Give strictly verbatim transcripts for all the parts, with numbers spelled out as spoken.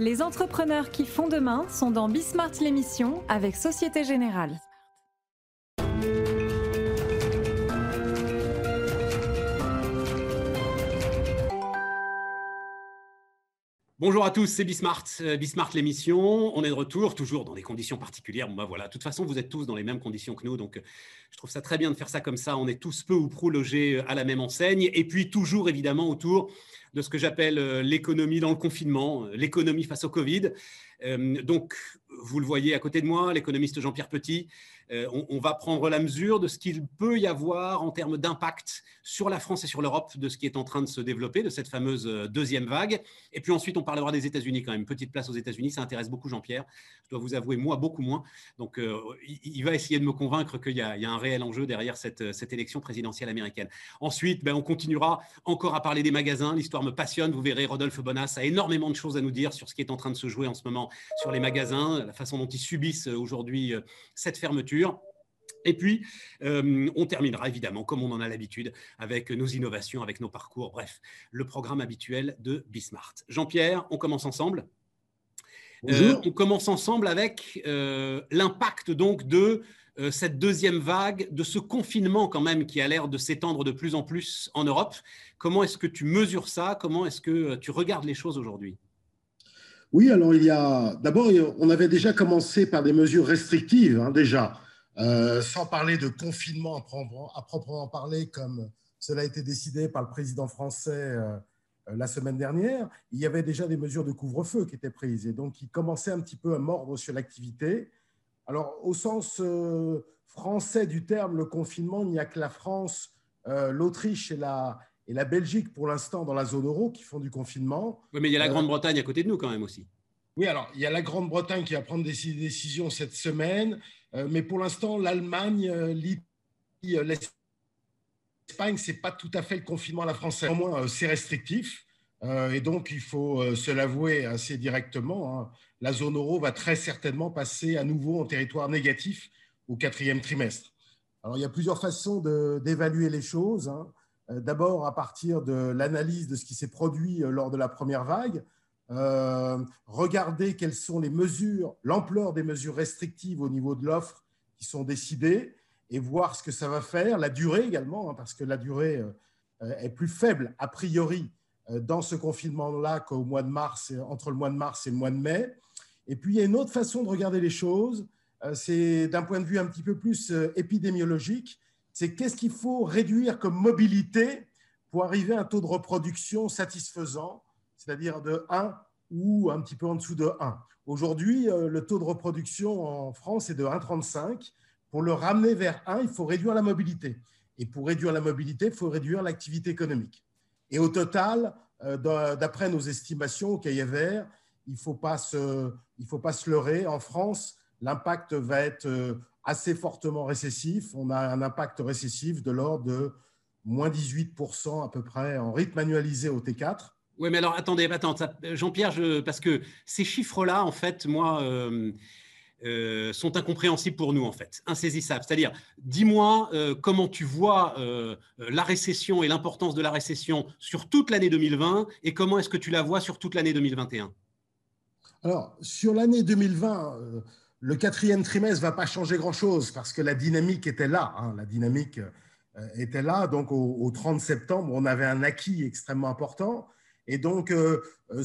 Les entrepreneurs qui font demain sont dans Bismart l'émission avec Société Générale. Bonjour à tous, c'est Bismart, Bismart l'émission. On est de retour, toujours dans des conditions particulières. Bon, bah voilà. De toute façon, vous êtes tous dans les mêmes conditions que nous, donc je trouve ça très bien de faire ça comme ça. On est tous peu ou prou logés à la même enseigne, et puis toujours évidemment autour de ce que j'appelle l'économie dans le confinement, l'économie face au Covid. Euh, donc, vous le voyez à côté de moi, l'économiste Jean-Pierre Petit. Euh, on, on va prendre la mesure de ce qu'il peut y avoir en termes d'impact sur la France et sur l'Europe de ce qui est en train de se développer, de cette fameuse deuxième vague. Et puis ensuite, on parlera des États-Unis quand même. Petite place aux États-Unis, ça intéresse beaucoup Jean-Pierre. Je dois vous avouer, moi, beaucoup moins. Donc, euh, il, il va essayer de me convaincre qu'il y a, il y a un réel enjeu derrière cette, cette élection présidentielle américaine. Ensuite, ben, on continuera encore à parler des magasins. L'histoire me passionne. Vous verrez, Rodolphe Bonas a énormément de choses à nous dire sur ce qui est en train de se jouer en ce moment sur les magasins, la façon dont ils subissent aujourd'hui cette fermeture. Et puis, euh, on terminera évidemment, comme on en a l'habitude, avec nos innovations, avec nos parcours, bref, le programme habituel de Bismart. Jean-Pierre, on commence ensemble. Euh, on commence ensemble avec euh, l'impact donc de euh, cette deuxième vague, de ce confinement quand même qui a l'air de s'étendre de plus en plus en Europe. Comment est-ce que tu mesures ça? Comment est-ce que tu regardes les choses aujourd'hui? Oui, alors il y a d'abord, on avait déjà commencé par des mesures restrictives, hein, déjà, euh, sans parler de confinement à proprement, à proprement parler, comme cela a été décidé par le président français euh, la semaine dernière. Il y avait déjà des mesures de couvre-feu qui étaient prises et donc qui commençaient un petit peu à mordre sur l'activité. Alors, au sens euh, français du terme, le confinement, il n'y a que la France, euh, l'Autriche et la et la Belgique, pour l'instant, dans la zone euro, qui font du confinement. Oui, mais il y a la Grande-Bretagne à côté de nous quand même aussi. Oui, alors, il y a la Grande-Bretagne qui va prendre des décisions cette semaine, euh, mais pour l'instant, l'Allemagne, euh, l'Italie, euh, l'Espagne, ce n'est pas tout à fait le confinement à la française. Néanmoins, euh, c'est restrictif, euh, et donc il faut euh, se l'avouer assez directement, hein. La zone euro va très certainement passer à nouveau en territoire négatif au quatrième trimestre. Alors, il y a plusieurs façons de, d'évaluer les choses, hein. D'abord, à partir de l'analyse de ce qui s'est produit lors de la première vague, euh, regarder quelles sont les mesures, l'ampleur des mesures restrictives au niveau de l'offre qui sont décidées et voir ce que ça va faire, la durée également, hein, parce que la durée euh, est plus faible a priori euh, dans ce confinement-là qu'au mois de mars, entre le mois de mars et le mois de mai. Et puis, il y a une autre façon de regarder les choses, euh, c'est d'un point de vue un petit peu plus euh, épidémiologique. C'est qu'est-ce qu'il faut réduire comme mobilité pour arriver à un taux de reproduction satisfaisant, c'est-à-dire de un ou un petit peu en dessous de un. Aujourd'hui, le taux de reproduction en France est de un virgule trente-cinq. Pour le ramener vers un, il faut réduire la mobilité. Et pour réduire la mobilité, il faut réduire l'activité économique. Et au total, d'après nos estimations au cahier vert, il ne faut pas se, il faut pas se leurrer. En France, l'impact va être assez fortement récessif. On a un impact récessif de l'ordre de moins dix-huit pour cent à peu près en rythme annualisé au T quatre. Oui, mais alors attendez, attends, Jean-Pierre, je, parce que ces chiffres-là, en fait, moi, euh, euh, sont incompréhensibles pour nous, en fait, insaisissables. C'est-à-dire, dis-moi euh, comment tu vois euh, la récession et l'importance de la récession sur toute l'année deux mille vingt et comment est-ce que tu la vois sur toute l'année deux mille vingt et un? Alors, sur l'année deux mille vingt, euh, le quatrième trimestre ne va pas changer grand-chose parce que la dynamique était là. Hein, la dynamique euh, était là. Donc, au, au trente septembre, on avait un acquis extrêmement important. Et donc, euh,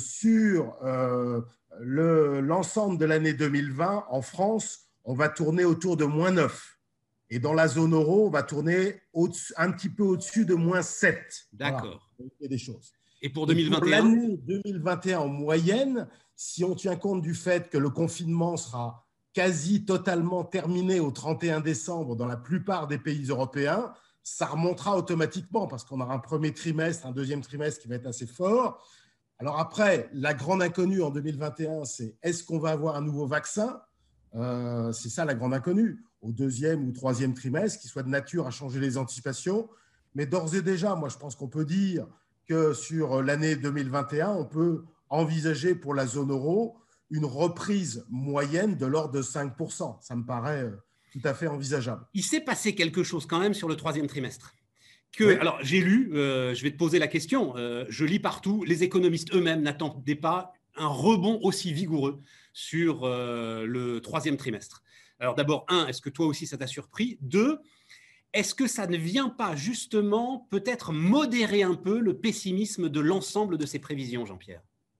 sur euh, le, l'ensemble de l'année deux mille vingt, en France, on va tourner autour de moins neuf. Et dans la zone euro, on va tourner un petit peu au-dessus de moins sept. D'accord. Voilà, il y a des choses. Et pour deux mille vingt et un? Et pour l'année deux mille vingt et un en moyenne, si on tient compte du fait que le confinement sera quasi totalement terminé au trente et un décembre dans la plupart des pays européens, ça remontera automatiquement parce qu'on aura un premier trimestre, un deuxième trimestre qui va être assez fort. Alors après, la grande inconnue en deux mille vingt et un, c'est est-ce qu'on va avoir un nouveau vaccin? euh, C'est ça la grande inconnue, au deuxième ou troisième trimestre, qui soit de nature à changer les anticipations. Mais d'ores et déjà, moi je pense qu'on peut dire que sur l'année deux mille vingt et un, on peut envisager pour la zone euro une reprise moyenne de l'ordre de cinq pour cent. Ça me paraît tout à fait envisageable. Il s'est passé quelque chose quand même sur le troisième trimestre. Que, oui. Alors, j'ai lu, euh, je vais te poser la question, euh, je lis partout, les économistes eux-mêmes n'attendaient pas un rebond aussi vigoureux sur euh, le troisième trimestre. Alors d'abord, un, est-ce que toi aussi ça t'a surpris? Deux, est-ce que ça ne vient pas justement peut-être modérer un peu le pessimisme de l'ensemble de ces prévisions, Jean-Pierre?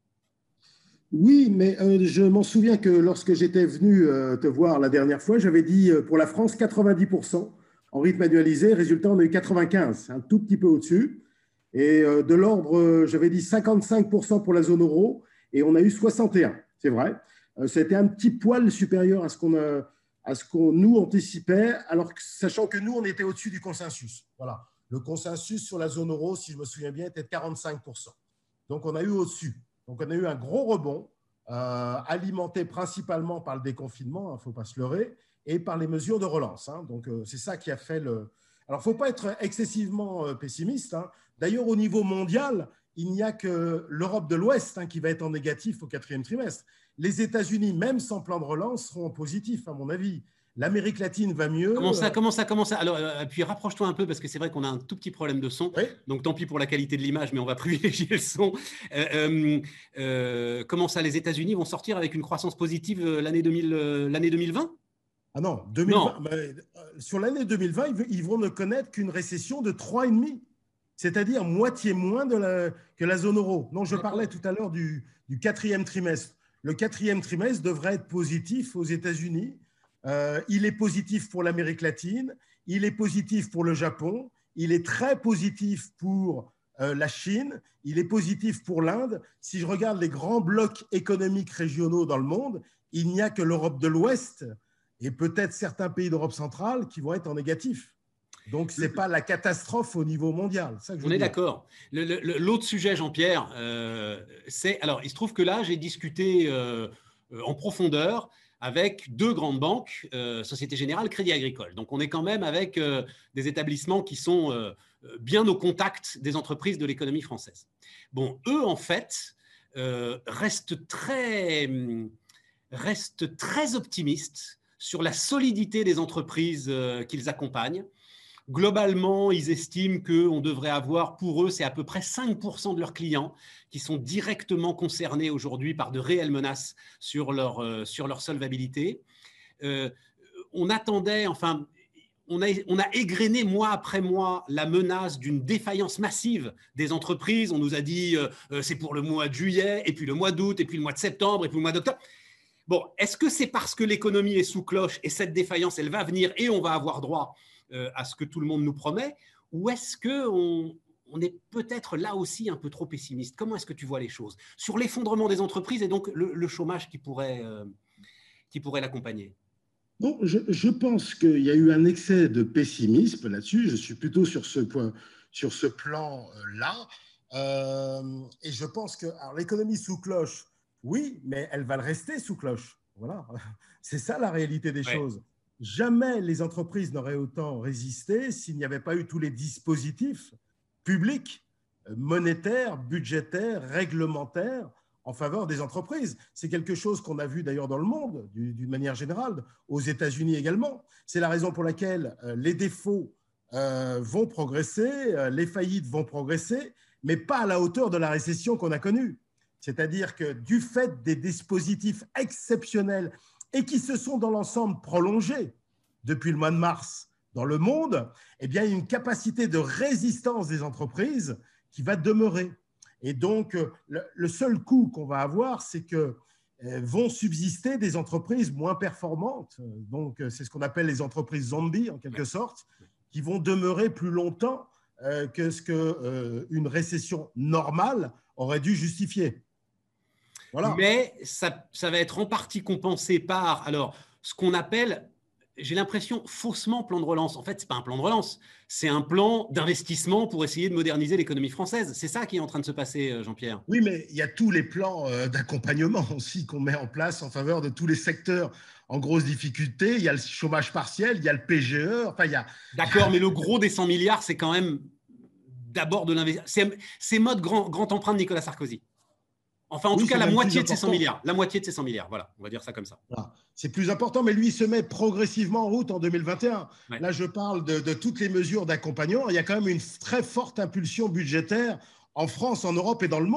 Oui, mais euh, je m'en souviens que lorsque j'étais venu euh, te voir la dernière fois, j'avais dit euh, pour la France quatre-vingt-dix pour cent en rythme annualisé. Résultat, on a eu quatre-vingt-quinze, un tout petit peu au-dessus. Et euh, de l'ordre, euh, j'avais dit cinquante-cinq pour cent pour la zone euro et on a eu soixante et un, c'est vrai. Euh, C'était un petit poil supérieur à ce qu'on a, à ce qu'on nous anticipait, alors que, sachant que nous, on était au-dessus du consensus. Voilà. Le consensus sur la zone euro, si je me souviens bien, était de quarante-cinq pour cent. Donc, on a eu au-dessus. Donc, on a eu un gros rebond, euh, alimenté principalement par le déconfinement, il hein, ne faut pas se leurrer, et par les mesures de relance. Hein. Donc, euh, c'est ça qui a fait le… Alors, il ne faut pas être excessivement euh, pessimiste. Hein. D'ailleurs, au niveau mondial, il n'y a que l'Europe de l'Ouest hein, qui va être en négatif au quatrième trimestre. Les États-Unis, même sans plan de relance, seront en positif, à mon avis. L'Amérique latine va mieux. Comment ça, comment ça, comment ça? Alors, euh, puis rapproche-toi un peu parce que c'est vrai qu'on a un tout petit problème de son. Oui. Donc, tant pis pour la qualité de l'image, mais on va privilégier le son. Euh, euh, euh, comment ça, les États-Unis vont sortir avec une croissance positive euh, l'année deux mille, euh, l'année deux mille vingt? Ah non, deux mille vingt, non. Mais, euh, sur l'année deux mille vingt, ils vont ne connaître qu'une récession de trois virgule cinq, c'est-à-dire moitié moins de la, que la zone euro. Non, je parlais tout à l'heure du, du quatrième trimestre. Le quatrième trimestre devrait être positif aux États-Unis. Euh, il est positif pour l'Amérique latine, il est positif pour le Japon, il est très positif pour euh, la Chine, il est positif pour l'Inde. Si je regarde les grands blocs économiques régionaux dans le monde, il n'y a que l'Europe de l'Ouest et peut-être certains pays d'Europe centrale qui vont être en négatif. Donc, ce n'est pas la catastrophe au niveau mondial. Ça que je On est dire. d'accord. L'autre sujet, Jean-Pierre, euh, c'est… Alors, il se trouve que là, j'ai discuté euh, en profondeur avec deux grandes banques, euh, Société Générale, Crédit Agricole. Donc, on est quand même avec euh, des établissements qui sont euh, bien au contact des entreprises de l'économie française. Bon, eux, en fait, euh, restent très, restent très optimistes sur la solidité des entreprises euh, qu'ils accompagnent. Globalement, ils estiment qu'on devrait avoir, pour eux, c'est à peu près cinq pour cent de leurs clients qui sont directement concernés aujourd'hui par de réelles menaces sur leur, euh, sur leur solvabilité. Euh, on attendait, enfin, on a, on a égrené mois après mois la menace d'une défaillance massive des entreprises. On nous a dit euh, c'est pour le mois de juillet, et puis le mois d'août, et puis le mois de septembre, et puis le mois d'octobre. Bon, est-ce que c'est parce que l'économie est sous cloche et cette défaillance, elle va venir et on va avoir droit Euh, à ce que tout le monde nous promet, ou est-ce qu'on on est peut-être là aussi un peu trop pessimiste? Comment est-ce que tu vois les choses sur l'effondrement des entreprises et donc le, le chômage qui pourrait, euh, qui pourrait l'accompagner? Bon, je, je pense qu'il y a eu un excès de pessimisme là-dessus. Je suis plutôt sur ce point, sur ce plan-là. Euh, et je pense que l'économie sous cloche, oui, mais elle va le rester sous cloche. Voilà, c'est ça la réalité des ouais. choses. Jamais les entreprises n'auraient autant résisté s'il n'y avait pas eu tous les dispositifs publics, monétaires, budgétaires, réglementaires en faveur des entreprises. C'est quelque chose qu'on a vu d'ailleurs dans le monde, d'une manière générale, aux États-Unis également. C'est la raison pour laquelle les défauts vont progresser, les faillites vont progresser, mais pas à la hauteur de la récession qu'on a connue. C'est-à-dire que du fait des dispositifs exceptionnels et qui se sont dans l'ensemble prolongés depuis le mois de mars dans le monde, eh bien, il y a une capacité de résistance des entreprises qui va demeurer. Et donc, le, le seul coût qu'on va avoir, c'est que euh, vont subsister des entreprises moins performantes. Donc, c'est ce qu'on appelle les entreprises zombies, en quelque sorte, qui vont demeurer plus longtemps euh, que ce qu'une euh, récession normale aurait dû justifier. Voilà. Mais ça, ça va être en partie compensé par alors, ce qu'on appelle, j'ai l'impression, faussement plan de relance. En fait, ce n'est pas un plan de relance, c'est un plan d'investissement pour essayer de moderniser l'économie française. C'est ça qui est en train de se passer, Jean-Pierre. Oui, mais il y a tous les plans d'accompagnement aussi qu'on met en place en faveur de tous les secteurs en grosse difficulté. Il y a le chômage partiel, il y a le P G E. Enfin, il y a… D'accord, mais le gros des cent milliards, c'est quand même d'abord de l'investissement. C'est mode grand, grand emprunt de Nicolas Sarkozy. Enfin, en oui, tout cas, la moitié de ces cent milliards. La moitié de ces cent milliards, voilà, on va dire ça comme ça. Voilà. C'est plus important, mais lui, il se met progressivement en route en deux mille vingt et un. Ouais. Là, je parle de, de toutes les mesures d'accompagnement. Il y a quand même une très forte impulsion budgétaire en France, en Europe et dans le monde.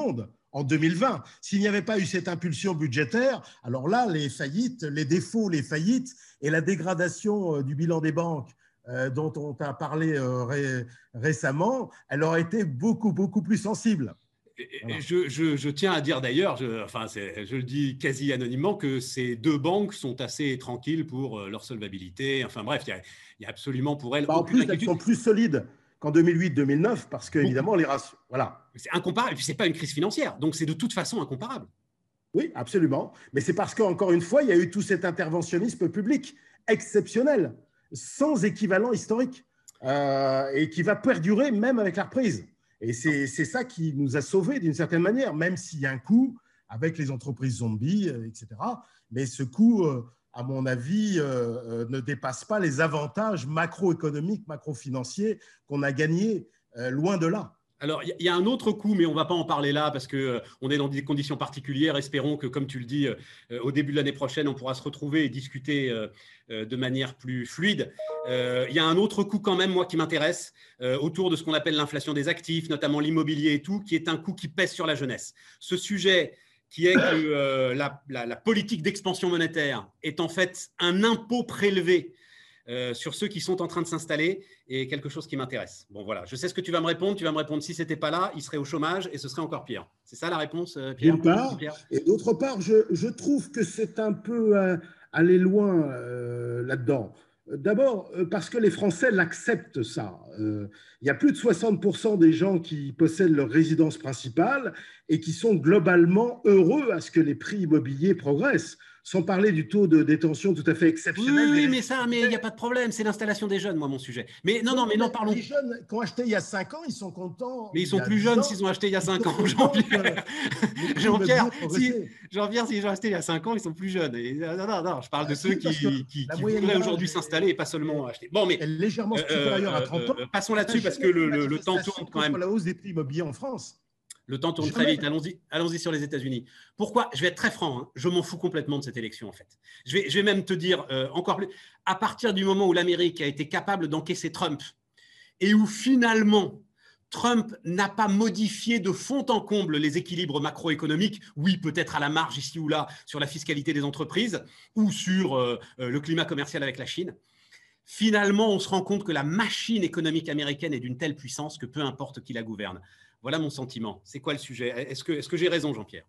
en deux mille vingt. S'il n'y avait pas eu cette impulsion budgétaire, alors là, les faillites, les défauts, les faillites et la dégradation du bilan des banques euh, dont on t'a parlé euh, ré, récemment, elle aurait été beaucoup, beaucoup plus sensible. Voilà. Je, je, je tiens à dire d'ailleurs, je, enfin je le dis quasi anonymement, que ces deux banques sont assez tranquilles pour leur solvabilité. Enfin bref, il n'y a, a absolument pour elles bah, en plus, elles sont plus solides qu'en deux mille huit deux mille neuf parce que, évidemment, les ratios… Voilà. C'est incomparable. Et puis, ce n'est pas une crise financière. Donc, c'est de toute façon incomparable. Oui, absolument. Mais c'est parce qu'encore une fois, il y a eu tout cet interventionnisme public exceptionnel, sans équivalent historique, euh, et qui va perdurer même avec la reprise. Et c'est ça qui nous a sauvés d'une certaine manière, même s'il y a un coût avec les entreprises zombies, et cetera. Mais ce coût, à mon avis, euh, ne dépasse pas les avantages macroéconomiques, macrofinanciers qu'on a gagnés, euh, loin de là. Alors, il y a un autre coup, mais on ne va pas en parler là parce qu'on euh, est dans des conditions particulières. Espérons que, comme tu le dis, euh, au début de l'année prochaine, on pourra se retrouver et discuter euh, euh, de manière plus fluide. Euh, il y a un autre coup quand même, moi, qui m'intéresse, euh, autour de ce qu'on appelle l'inflation des actifs, notamment l'immobilier et tout, qui est un coup qui pèse sur la jeunesse. Ce sujet qui est que euh, la, la, la politique d'expansion monétaire est en fait un impôt prélevé Euh, sur ceux qui sont en train de s'installer et quelque chose qui m'intéresse. Bon, voilà, je sais ce que tu vas me répondre. Tu vas me répondre, si ce n'était pas là, il serait au chômage et ce serait encore pire. C'est ça la réponse, euh, Pierre? D'une part, et d'autre part, je, je trouve que c'est un peu euh, aller loin euh, là-dedans. D'abord, parce que les Français l'acceptent, ça. Euh, il y a plus de soixante pour cent des gens qui possèdent leur résidence principale et qui sont globalement heureux à ce que les prix immobiliers progressent. Sans parler du taux de détention tout à fait exceptionnel. Oui, oui mais ça, mais il n'y a pas de problème. C'est l'installation des jeunes, moi, mon sujet. Mais non, non, mais non, parlons. Les jeunes qui ont acheté il y a cinq ans, ils sont contents. Mais ils sont plus jeunes s'ils ont acheté il y a cinq ans, Jean-Pierre. Jean-Pierre, si, Jean-Pierre, s'ils ont acheté il y a cinq ans, ils sont plus jeunes. Et, non, non, non, je parle de ah, ceux qui, qui, qui voudraient aujourd'hui s'installer et pas seulement acheter. Bon, mais elle est légèrement supérieure euh, à trente ans. Euh, passons là-dessus parce que le, le, le temps tourne quand même. La hausse des prix immobiliers en France. Le temps tourne très vite. Allons-y, allons-y sur les États-Unis. Pourquoi? Je vais être très franc. Hein, je m'en fous complètement de cette élection, en fait. Je vais, je vais même te dire euh, encore plus. À partir du moment où l'Amérique a été capable d'encaisser Trump et où finalement Trump n'a pas modifié de fond en comble les équilibres macroéconomiques, oui, peut-être à la marge ici ou là sur la fiscalité des entreprises ou sur euh, le climat commercial avec la Chine. Finalement, on se rend compte que la machine économique américaine est d'une telle puissance que peu importe qui la gouverne. Voilà mon sentiment. C'est quoi le sujet? Est-ce que, est-ce que j'ai raison, Jean-Pierre?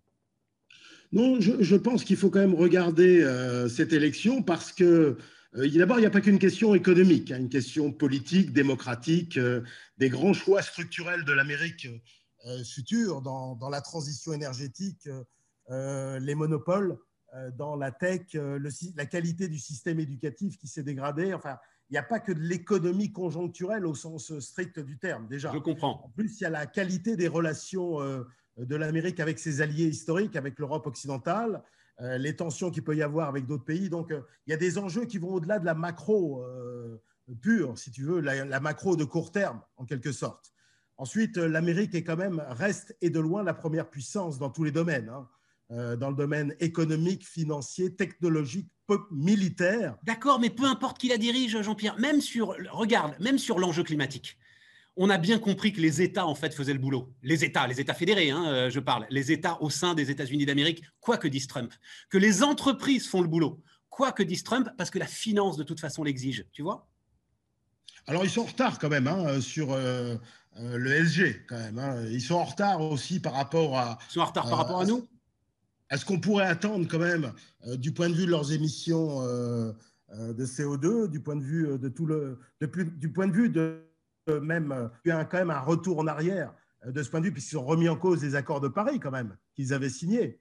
Non, je, je pense qu'il faut quand même regarder euh, cette élection parce que, euh, d'abord, il n'y a pas qu'une question économique, hein, une question politique, démocratique, euh, des grands choix structurels de l'Amérique euh, future dans, dans la transition énergétique, euh, les monopoles euh, dans la tech, euh, le, la qualité du système éducatif qui s'est dégradé. Enfin, il n'y a pas que de l'économie conjoncturelle au sens strict du terme, déjà. Je comprends. En plus, il y a la qualité des relations euh, de l'Amérique avec ses alliés historiques, avec l'Europe occidentale, euh, les tensions qu'il peut y avoir avec d'autres pays. Donc, euh, il y a des enjeux qui vont au-delà de la macro euh, pure, si tu veux, la, la macro de court terme, en quelque sorte. Ensuite, l'Amérique est quand même, reste et de loin la première puissance dans tous les domaines, hein. Euh, dans le domaine économique, financier, technologique, militaire. D'accord, mais peu importe qui la dirige, Jean-Pierre, même sur, regarde, même sur l'enjeu climatique, on a bien compris que les États, en fait, faisaient le boulot. Les États, les États fédérés, hein, je parle, les États au sein des États-Unis d'Amérique, quoi que dise Trump. Que les entreprises font le boulot, quoi que dise Trump, parce que la finance, de toute façon, l'exige, tu vois? Alors, ils sont en retard quand même hein, sur euh, euh, le S G, quand même. Hein. Ils sont en retard aussi par rapport à… Ils sont en retard par euh, rapport à nous? Est-ce qu'on pourrait attendre quand même, euh, du point de vue de leurs émissions euh, euh, de C O deux, du point de vue de tout le, de plus, du point de vue de euh, même, euh, il y a quand même un retour en arrière euh, de ce point de vue puisqu'ils ont remis en cause les accords de Paris quand même qu'ils avaient signés.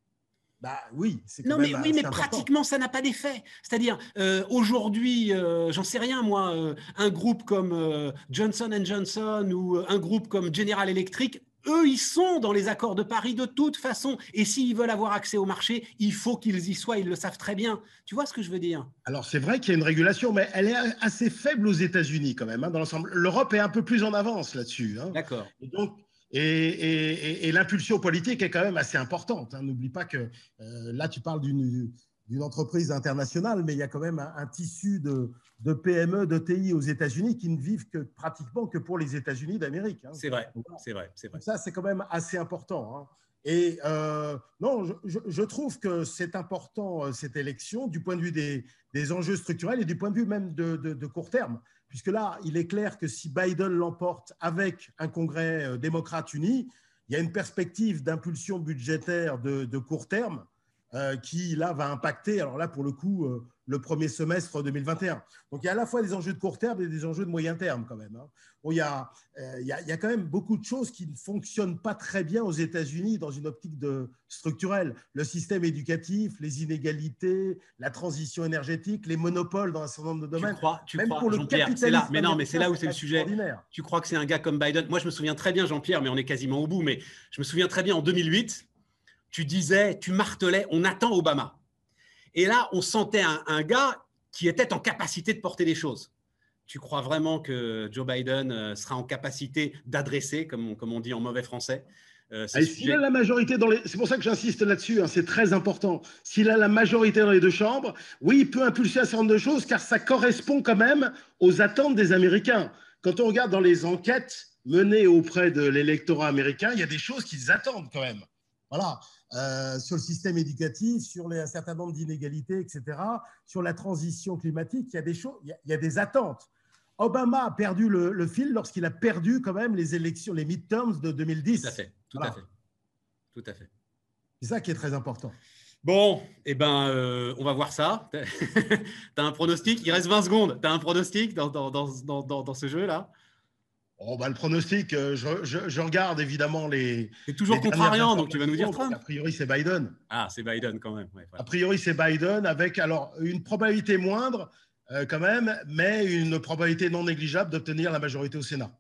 Bah oui, c'est quand non, même mais oui, mais important. pratiquement ça n'a pas d'effet. C'est-à-dire euh, aujourd'hui, euh, j'en sais rien moi, euh, un groupe comme euh, Johnson and Johnson ou un groupe comme General Electric. Eux, ils sont dans les accords de Paris de toute façon. Et s'ils veulent avoir accès au marché, il faut qu'ils y soient. Ils le savent très bien. Tu vois ce que je veux dire? Alors, c'est vrai qu'il y a une régulation, mais elle est assez faible aux États-Unis quand même, hein, dans l'ensemble. L'Europe est un peu plus en avance là-dessus. Hein. D'accord. Et donc, et, et, et, et l'impulsion politique est quand même assez importante. Hein. N'oublie pas que euh, là, tu parles d'une d'une entreprise internationale, mais il y a quand même un, un tissu de, de P M E, de T I aux États-Unis qui ne vivent que, pratiquement que pour les États-Unis d'Amérique. Hein. C'est vrai, c'est vrai, c'est vrai. Ça, c'est quand même assez important. Hein. Et euh, non, je, je, je trouve que c'est important, cette élection, du point de vue des, des enjeux structurels et du point de vue même de, de, de court terme. Puisque là, il est clair que si Biden l'emporte avec un Congrès démocrate uni, il y a une perspective d'impulsion budgétaire de, de court terme euh, qui, là, va impacter, alors là, pour le coup, euh, le premier semestre deux mille vingt et un. Donc, il y a à la fois des enjeux de court terme et des enjeux de moyen terme, quand même. Hein. Bon, il, y a, euh, il, y a, il y a quand même beaucoup de choses qui ne fonctionnent pas très bien aux États-Unis dans une optique de, structurelle. Le système éducatif, les inégalités, la transition énergétique, les monopoles dans un certain nombre de domaines. Tu crois, tu même crois pour le Jean-Pierre, c'est là, mais non, mais c'est là où c'est c'est le sujet. Tu crois que c'est un gars comme Biden? Moi, je me souviens très bien, Jean-Pierre, mais on est quasiment au bout, mais je me souviens très bien en deux mille huit, tu disais, tu martelais, on attend Obama. Et là, on sentait un, un gars qui était en capacité de porter les choses. Tu crois vraiment que Joe Biden sera en capacité d'adresser, comme on, comme on dit en mauvais français, euh, ces S'il a la majorité dans les... C'est pour ça que j'insiste là-dessus, hein, c'est très important. S'il a la majorité dans les deux chambres, oui, il peut impulser un certain nombre de choses, car ça correspond quand même aux attentes des Américains. Quand on regarde dans les enquêtes menées auprès de l'électorat américain, il y a des choses qu'ils attendent quand même. Voilà. Euh, sur le système éducatif, sur les, un certain nombre d'inégalités, et cetera, sur la transition climatique, il y a des choses, il y a, il y a des attentes. Obama a perdu le, le fil lorsqu'il a perdu quand même les élections, les midterms de deux mille dix. Tout à fait, tout voilà. à fait, tout à fait. C'est ça qui est très important. Bon, eh ben, euh, on va voir ça. Tu as un pronostic? Il reste vingt secondes. Tu as un pronostic dans, dans, dans, dans, dans ce jeu-là? Oh, bah, le pronostic, je, je, je regarde évidemment les. C'est toujours contrariant, donc tu vas nous dire Trump. A priori, c'est Biden. Ah, c'est Biden quand même. Ouais, voilà. A priori, c'est Biden avec alors une probabilité moindre euh, quand même, mais une probabilité non négligeable d'obtenir la majorité au Sénat.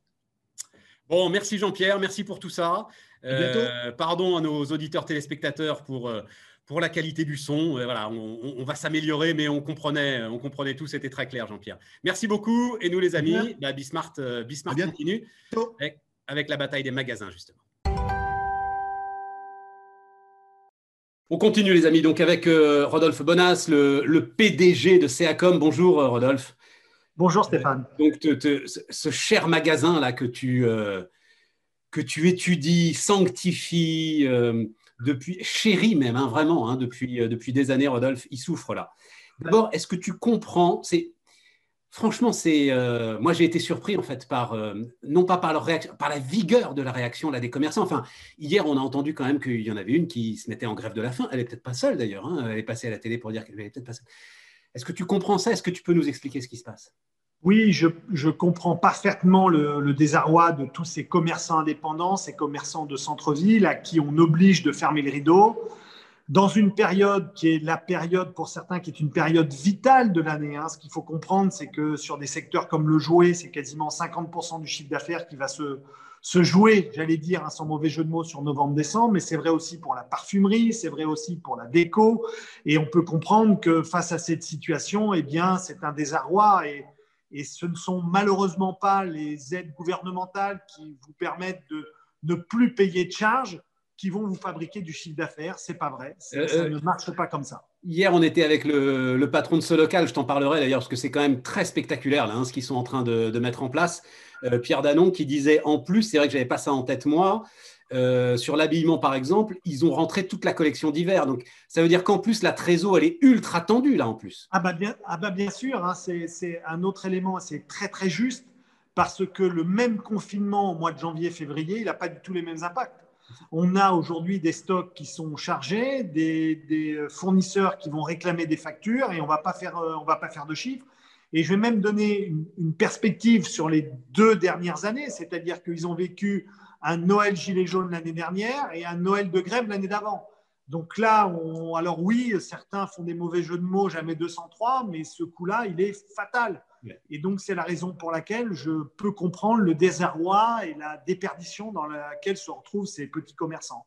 Bon, merci Jean-Pierre, merci pour tout ça. À bientôt. Euh, pardon à nos auditeurs téléspectateurs pour. Euh, Pour la qualité du son, voilà, on, on va s'améliorer, mais on comprenait, on comprenait tout, c'était très clair, Jean-Pierre. Merci beaucoup. Et nous, les amis, bah, Bismart, euh, Bismart continue avec, avec la bataille des magasins, justement. On continue, les amis, donc avec euh, Rodolphe Bonas, le, le P D G de Ceacom. Bonjour, euh, Rodolphe. Bonjour, Stéphane. Euh, donc, te, te, ce, ce cher magasin là que tu, euh, que tu étudies, sanctifies. Euh, Depuis, chéri même, hein, vraiment, hein, depuis, euh, depuis des années, Rodolphe, il souffre là. D'abord, est-ce que tu comprends, c'est, franchement, c'est, euh, moi j'ai été surpris en fait par, euh, non pas par leur réaction, par la vigueur de la réaction là, des commerçants. Enfin, hier, on a entendu quand même qu'il y en avait une qui se mettait en grève de la faim. Elle n'est peut-être pas seule d'ailleurs, hein, elle est passée à la télé pour dire qu'elle n'est peut-être pas seule. Est-ce que tu comprends ça? Est-ce que tu peux nous expliquer ce qui se passe? Oui, je, je comprends parfaitement le, le désarroi de tous ces commerçants indépendants, ces commerçants de centre-ville à qui on oblige de fermer le rideau dans une période qui est la période pour certains qui est une période vitale de l'année. Hein. Ce qu'il faut comprendre, c'est que sur des secteurs comme le jouet, c'est quasiment cinquante pour cent du chiffre d'affaires qui va se, se jouer, j'allais dire, hein, sans mauvais jeu de mots, sur novembre-décembre, mais c'est vrai aussi pour la parfumerie, c'est vrai aussi pour la déco. Et on peut comprendre que face à cette situation, eh bien, c'est un désarroi et Et ce ne sont malheureusement pas les aides gouvernementales qui vous permettent de ne plus payer de charges qui vont vous fabriquer du chiffre d'affaires. Ce n'est pas vrai. Euh, ça ne marche pas comme ça. Hier, on était avec le, le patron de ce local. Je t'en parlerai d'ailleurs parce que c'est quand même très spectaculaire là, hein, ce qu'ils sont en train de, de mettre en place. Euh, Pierre Danon qui disait en plus, c'est vrai que je n'avais pas ça en tête moi, Euh, sur l'habillement, par exemple, ils ont rentré toute la collection d'hiver. Donc, ça veut dire qu'en plus, la trésor, elle est ultra tendue, là, en plus. Ah bah bien, ah bah bien sûr, hein, c'est, c'est un autre élément, c'est très, très juste, parce que le même confinement au mois de janvier, février, il n'a pas du tout les mêmes impacts. On a aujourd'hui des stocks qui sont chargés, des, des fournisseurs qui vont réclamer des factures et on va pas faire, on va pas faire de chiffres. Et je vais même donner une, une perspective sur les deux dernières années, c'est-à-dire qu'ils ont vécu un Noël gilet jaune l'année dernière et un Noël de grève l'année d'avant. Donc là, on, alors oui, certains font des mauvais jeux de mots, jamais deux cent trois, mais ce coup-là, il est fatal. Ouais. Et donc, c'est la raison pour laquelle je peux comprendre le désarroi et la déperdition dans laquelle se retrouvent ces petits commerçants.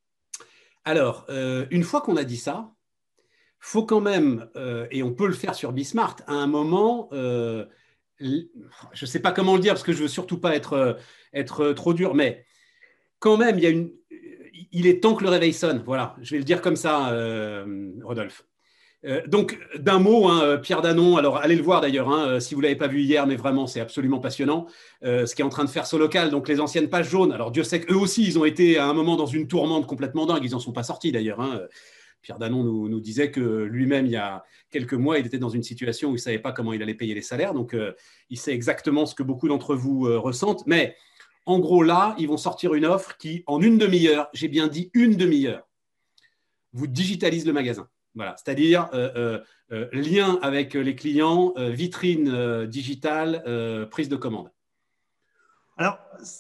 Alors, euh, une fois qu'on a dit ça, il faut quand même, euh, et on peut le faire sur Bismart, à un moment… Euh, je ne sais pas comment le dire parce que je ne veux surtout pas être, être trop dur, mais quand même, il, y a une, il est temps que le réveil sonne. Voilà, je vais le dire comme ça, euh, Rodolphe. Euh, donc, d'un mot, hein, Pierre Danon, alors allez le voir d'ailleurs, hein, si vous ne l'avez pas vu hier, mais vraiment, c'est absolument passionnant, euh, ce qu'est en train de faire Solocal, donc les anciennes pages jaunes. Alors, Dieu sait qu'eux aussi, ils ont été à un moment dans une tourmente complètement dingue, ils n'en sont pas sortis d'ailleurs. Hein. Pierre Danon nous, nous disait que lui-même, il y a quelques mois, il était dans une situation où il ne savait pas comment il allait payer les salaires, donc euh, il sait exactement ce que beaucoup d'entre vous euh, ressentent. Mais en gros, là, ils vont sortir une offre qui, en une demi-heure, j'ai bien dit une demi-heure, vous digitalise le magasin. Voilà, c'est-à-dire euh, euh, euh, lien avec les clients, euh, vitrine euh, digitale, euh, prise de commande. Alors,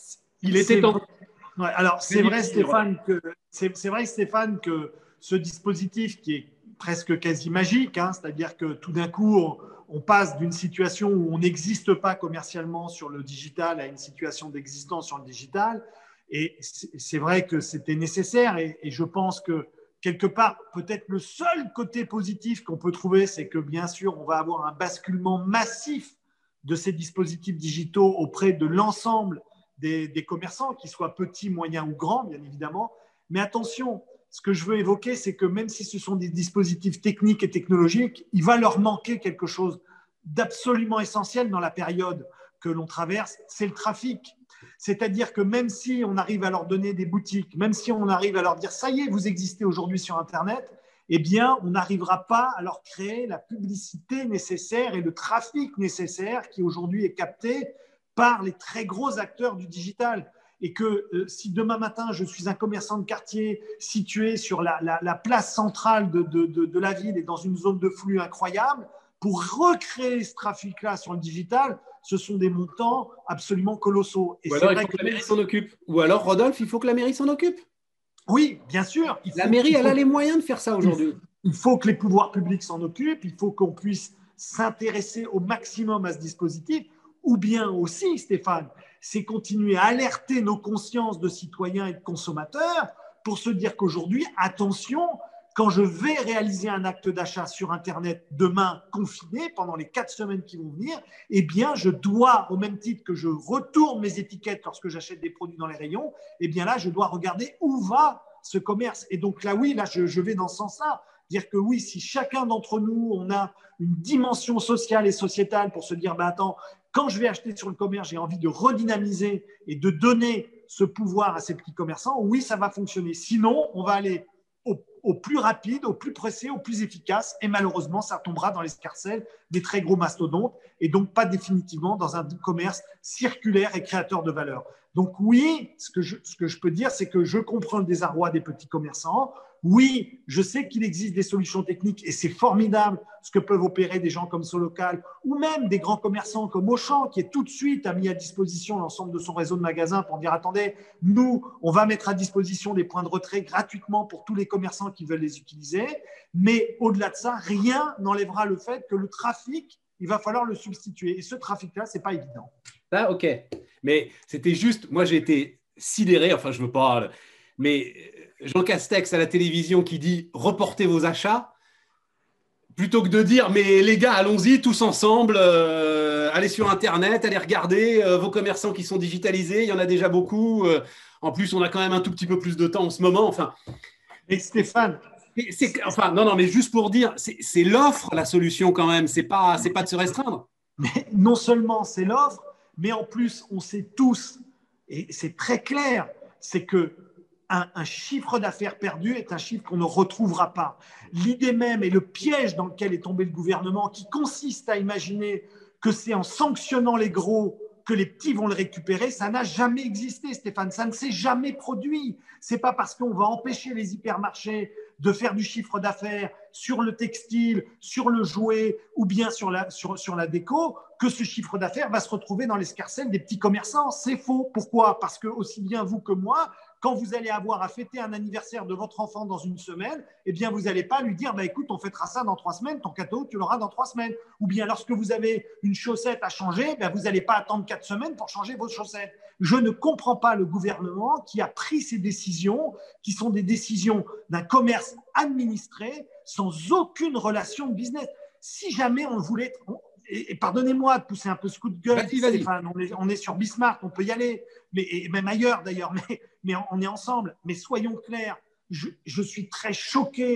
il était temps. Ouais, alors c'est vrai, Stéphane, que c'est, c'est vrai, Stéphane, que ce dispositif qui est presque quasi magique, hein, c'est-à-dire que tout d'un coup, on, on passe d'une situation où on n'existe pas commercialement sur le digital à une situation d'existence sur le digital. Et c'est, c'est vrai que c'était nécessaire. Et, et je pense que quelque part, peut-être le seul côté positif qu'on peut trouver, c'est que bien sûr, on va avoir un basculement massif de ces dispositifs digitaux auprès de l'ensemble des, des commerçants, qu'ils soient petits, moyens ou grands, bien évidemment. Mais attention, ce que je veux évoquer, c'est que même si ce sont des dispositifs techniques et technologiques, il va leur manquer quelque chose d'absolument essentiel dans la période que l'on traverse, c'est le trafic. C'est-à-dire que même si on arrive à leur donner des boutiques, même si on arrive à leur dire « ça y est, vous existez aujourd'hui sur Internet », eh bien, on n'arrivera pas à leur créer la publicité nécessaire et le trafic nécessaire qui aujourd'hui est capté par les très gros acteurs du digital. Et que euh, si demain matin, je suis un commerçant de quartier situé sur la, la, la place centrale de, de, de, de la ville et dans une zone de flux incroyable, pour recréer ce trafic-là sur le digital, ce sont des montants absolument colossaux. Et Ou alors, il faut que, que la mairie s'en occupe. Ou alors, Rodolphe, il faut que la mairie s'en occupe. Oui, bien sûr. Il faut, la mairie, elle faut, a les moyens de faire ça aujourd'hui. Il faut que les pouvoirs publics s'en occupent. Il faut qu'on puisse s'intéresser au maximum à ce dispositif. Ou bien aussi, Stéphane, c'est continuer à alerter nos consciences de citoyens et de consommateurs pour se dire qu'aujourd'hui, attention, quand je vais réaliser un acte d'achat sur Internet demain confiné, pendant les quatre semaines qui vont venir, eh bien, je dois, au même titre que je retourne mes étiquettes lorsque j'achète des produits dans les rayons, eh bien là, je dois regarder où va ce commerce. Et donc là, oui, là, je, je vais dans ce sens-là. Dire que oui, si chacun d'entre nous, on a une dimension sociale et sociétale pour se dire, bah, attends, quand je vais acheter sur le commerce, j'ai envie de redynamiser et de donner ce pouvoir à ces petits commerçants, oui, ça va fonctionner. Sinon, on va aller Au, au plus rapide, au plus pressé, au plus efficace. Et malheureusement, ça tombera dans l'escarcelle des très gros mastodontes et donc pas définitivement dans un commerce circulaire et créateur de valeur. Donc oui, ce que je, ce que je peux dire, c'est que je comprends le désarroi des petits commerçants. Oui, je sais qu'il existe des solutions techniques et c'est formidable ce que peuvent opérer des gens comme Solocal ou même des grands commerçants comme Auchan qui est tout de suite a mis à disposition l'ensemble de son réseau de magasins pour dire attendez, nous, on va mettre à disposition des points de retrait gratuitement pour tous les commerçants qui veulent les utiliser. Mais au-delà de ça, rien n'enlèvera le fait que le trafic, il va falloir le substituer. Et ce trafic-là, ce n'est pas évident. Ah, ok. Mais c'était juste, moi j'ai été sidéré, enfin je ne veux pas, mais Jean Castex à la télévision qui dit « reportez vos achats », plutôt que de dire « mais les gars, allons-y tous ensemble, euh, allez sur Internet, allez regarder euh, vos commerçants qui sont digitalisés, il y en a déjà beaucoup, euh, en plus on a quand même un tout petit peu plus de temps en ce moment ». Enfin, et Stéphane, c'est, enfin non, non, mais juste pour dire, c'est, c'est l'offre la solution quand même, c'est pas, c'est pas de se restreindre. Mais non seulement c'est l'offre, mais en plus, on sait tous, et c'est très clair, c'est que un, un chiffre d'affaires perdu est un chiffre qu'on ne retrouvera pas. L'idée même et le piège dans lequel est tombé le gouvernement, qui consiste à imaginer que c'est en sanctionnant les gros que les petits vont le récupérer, ça n'a jamais existé, Stéphane, ça ne s'est jamais produit. Ce n'est pas parce qu'on va empêcher les hypermarchés de faire du chiffre d'affaires sur le textile, sur le jouet ou bien sur la, sur, sur la déco que ce chiffre d'affaires va se retrouver dans l'escarcelle des petits commerçants. C'est faux. Pourquoi ? Parce que aussi bien vous que moi, quand vous allez avoir à fêter un anniversaire de votre enfant dans une semaine, eh bien, vous n'allez pas lui dire bah, « écoute, on fêtera ça dans trois semaines, ton cadeau, tu l'auras dans trois semaines ». Ou bien, lorsque vous avez une chaussette à changer, bah, vous n'allez pas attendre quatre semaines pour changer vos chaussettes. Je ne comprends pas le gouvernement qui a pris ces décisions, qui sont des décisions d'un commerce administré sans aucune relation de business. Si jamais on voulait… Et, et pardonnez-moi de pousser un peu ce coup de gueule, vas-y, vas-y. Stéphane, on est, on est sur Bismarck, on peut y aller, mais, et même ailleurs d'ailleurs, mais, mais on est ensemble. Mais soyons clairs, je, je suis très choqué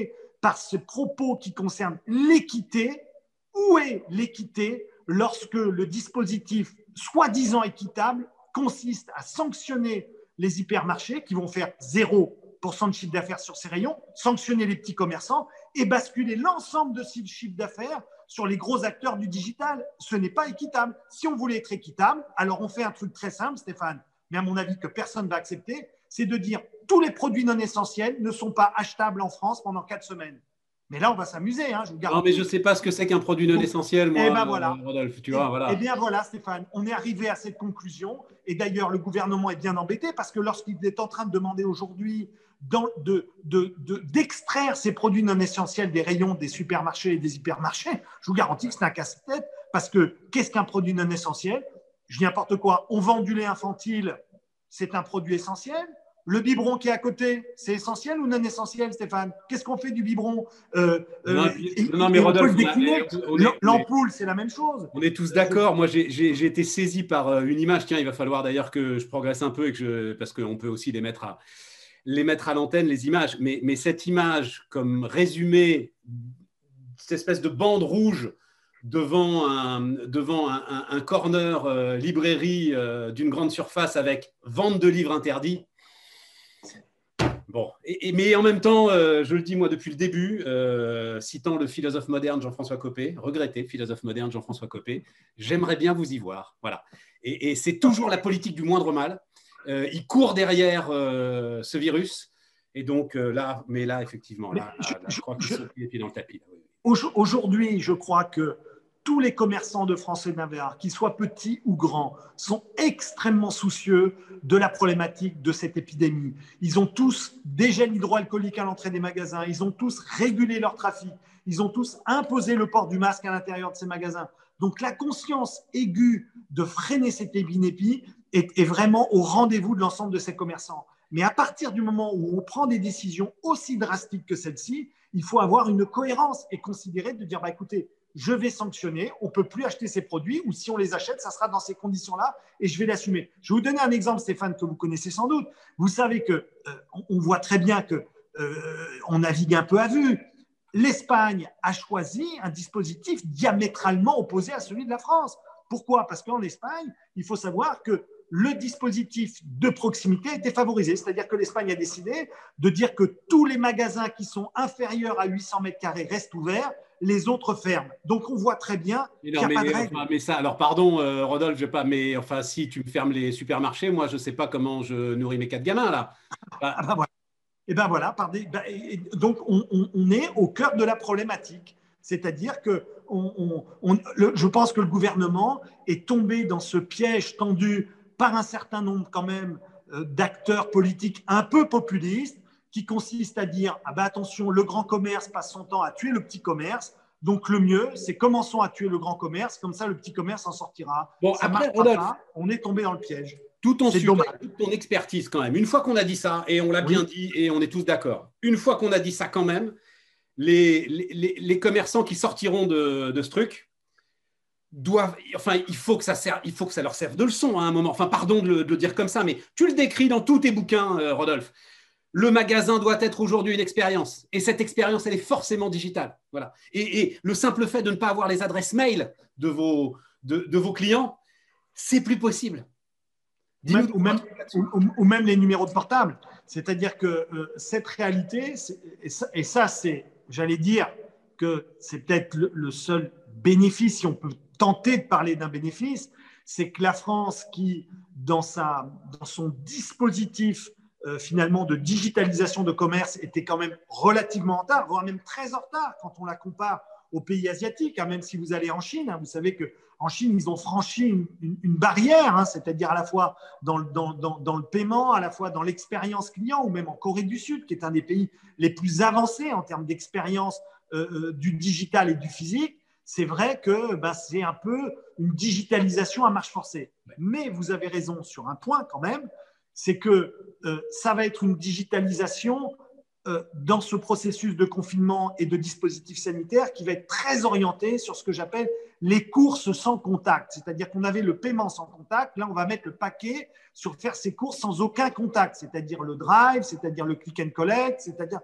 par ce propos qui concerne l'équité. Où est l'équité lorsque le dispositif soi-disant équitable consiste à sanctionner les hypermarchés qui vont faire zéro pour cent de chiffre d'affaires sur ces rayons, sanctionner les petits commerçants et basculer l'ensemble de ce chiffre d'affaires sur les gros acteurs du digital? Ce n'est pas équitable. Si on voulait être équitable, alors on fait un truc très simple, Stéphane, mais à mon avis que personne ne va accepter, c'est de dire tous les produits non essentiels ne sont pas achetables en France pendant quatre semaines. Mais là, on va s'amuser, hein, je vous garantis. Non, mais je ne sais pas ce que c'est qu'un produit non essentiel, moi, eh ben voilà. Rodolphe. Tu vois, voilà. Eh bien voilà, Stéphane, on est arrivé à cette conclusion. Et d'ailleurs, le gouvernement est bien embêté parce que lorsqu'il est en train de demander aujourd'hui de, de, de, de, d'extraire ces produits non essentiels des rayons des supermarchés et des hypermarchés, je vous garantis que c'est un casse-tête parce que qu'est-ce qu'un produit non essentiel? Je dis n'importe quoi. On vend du lait infantile, c'est un produit essentiel. Le biberon qui est à côté, c'est essentiel ou non essentiel, Stéphane? Qu'est-ce qu'on fait du biberon? euh, Non, euh, puis, et, non, mais et Rodolphe, on peut le décliner. on est- L'ampoule, c'est la même chose. On est tous d'accord. Moi, j'ai j'ai- j'ai été saisi par euh, une image. Tiens, il va falloir d'ailleurs que je progresse un peu et que je, parce qu'on peut aussi les mettre à, les mettre à l'antenne, les images. Mais, mais cette image, comme résumé, cette espèce de bande rouge devant un, devant un, un, un corner euh, librairie euh, d'une grande surface avec vente de livres interdits. Bon, et, et, mais en même temps, euh, je le dis moi depuis le début, euh, citant le philosophe moderne Jean-François Copé, regretté philosophe moderne Jean-François Copé, j'aimerais bien vous y voir. Voilà. Et, et c'est toujours la politique du moindre mal. Euh, il court derrière euh, ce virus. Et donc euh, là, mais là, effectivement, là, là, là, je crois qu'il saute les pieds dans le tapis. Là, oui. Aujourd'hui, je crois que tous les commerçants de France et de Navarre, qu'ils soient petits ou grands, sont extrêmement soucieux de la problématique de cette épidémie. Ils ont tous des gels hydroalcooliques à l'entrée des magasins, ils ont tous régulé leur trafic, ils ont tous imposé le port du masque à l'intérieur de ces magasins. Donc la conscience aiguë de freiner cette épidémie est, est vraiment au rendez-vous de l'ensemble de ces commerçants. Mais à partir du moment où on prend des décisions aussi drastiques que celle-ci, il faut avoir une cohérence et considérer de dire, bah, écoutez, je vais sanctionner, on ne peut plus acheter ces produits ou si on les achète, ça sera dans ces conditions-là et je vais l'assumer. Je vais vous donner un exemple, Stéphane, que vous connaissez sans doute. Vous savez qu'on euh, voit très bien qu'on euh, navigue un peu à vue. L'Espagne a choisi un dispositif diamétralement opposé à celui de la France. Pourquoi? Parce qu'en Espagne, il faut savoir que le dispositif de proximité était favorisé. C'est-à-dire que l'Espagne a décidé de dire que tous les magasins qui sont inférieurs à huit cents mètres carrés restent ouverts, les autres ferment. Donc, on voit très bien qu'il n'y a mais, pas de règle. Enfin, mais ça, alors, pardon, euh, Rodolphe, je vais pas, mais enfin, si tu me fermes les supermarchés, moi, je ne sais pas comment je nourris mes quatre gamins, là. Bah, ah ben voilà. Et ben voilà, par des, ben, et donc, on, on, on est au cœur de la problématique. C'est-à-dire que on, on, on, le, je pense que le gouvernement est tombé dans ce piège tendu par un certain nombre quand même euh, d'acteurs politiques un peu populistes qui consiste à dire ah ben attention, le grand commerce passe son temps à tuer le petit commerce, donc le mieux, c'est commençons à tuer le grand commerce, comme ça le petit commerce en sortira. Bon, ça après, marchera Rodolphe, pas, on est tombé dans le piège. Tout ton sujet, toute ton expertise quand même, une fois qu'on a dit ça, et on l'a oui. bien dit, et on est tous d'accord, une fois qu'on a dit ça quand même, les, les, les commerçants qui sortiront de, de ce truc doivent, enfin, il faut que ça serve, il faut que ça leur serve de leçon à un moment. Enfin, pardon de le, de le dire comme ça, mais tu le décris dans tous tes bouquins, euh, Rodolphe. Le magasin doit être aujourd'hui une expérience. Et cette expérience, elle est forcément digitale. Voilà. Et, et le simple fait de ne pas avoir les adresses mail de vos, de, de vos clients, c'est plus possible. Même, ou, même, ou, ou même les numéros de portable. C'est-à-dire que euh, cette réalité, et ça, et ça c'est, j'allais dire que c'est peut-être le, le seul bénéfice, si on peut tenter de parler d'un bénéfice, c'est que la France qui, dans, sa, dans son dispositif Euh, finalement de digitalisation de commerce était quand même relativement en retard, voire même très en retard quand on la compare aux pays asiatiques, hein, même si vous allez en Chine, hein, vous savez qu'en Chine, ils ont franchi une, une, une barrière, hein, c'est-à-dire à la fois dans le, dans, dans, dans le paiement, à la fois dans l'expérience client, ou même en Corée du Sud, qui est un des pays les plus avancés en termes d'expérience euh, du digital et du physique. C'est vrai que ben, c'est un peu une digitalisation à marche forcée. Mais vous avez raison sur un point quand même, c'est que euh, ça va être une digitalisation euh, dans ce processus de confinement et de dispositifs sanitaires qui va être très orienté sur ce que j'appelle les courses sans contact. C'est-à-dire qu'on avait le paiement sans contact, là on va mettre le paquet sur faire ces courses sans aucun contact, c'est-à-dire le drive, c'est-à-dire le click and collect, c'est-à-dire…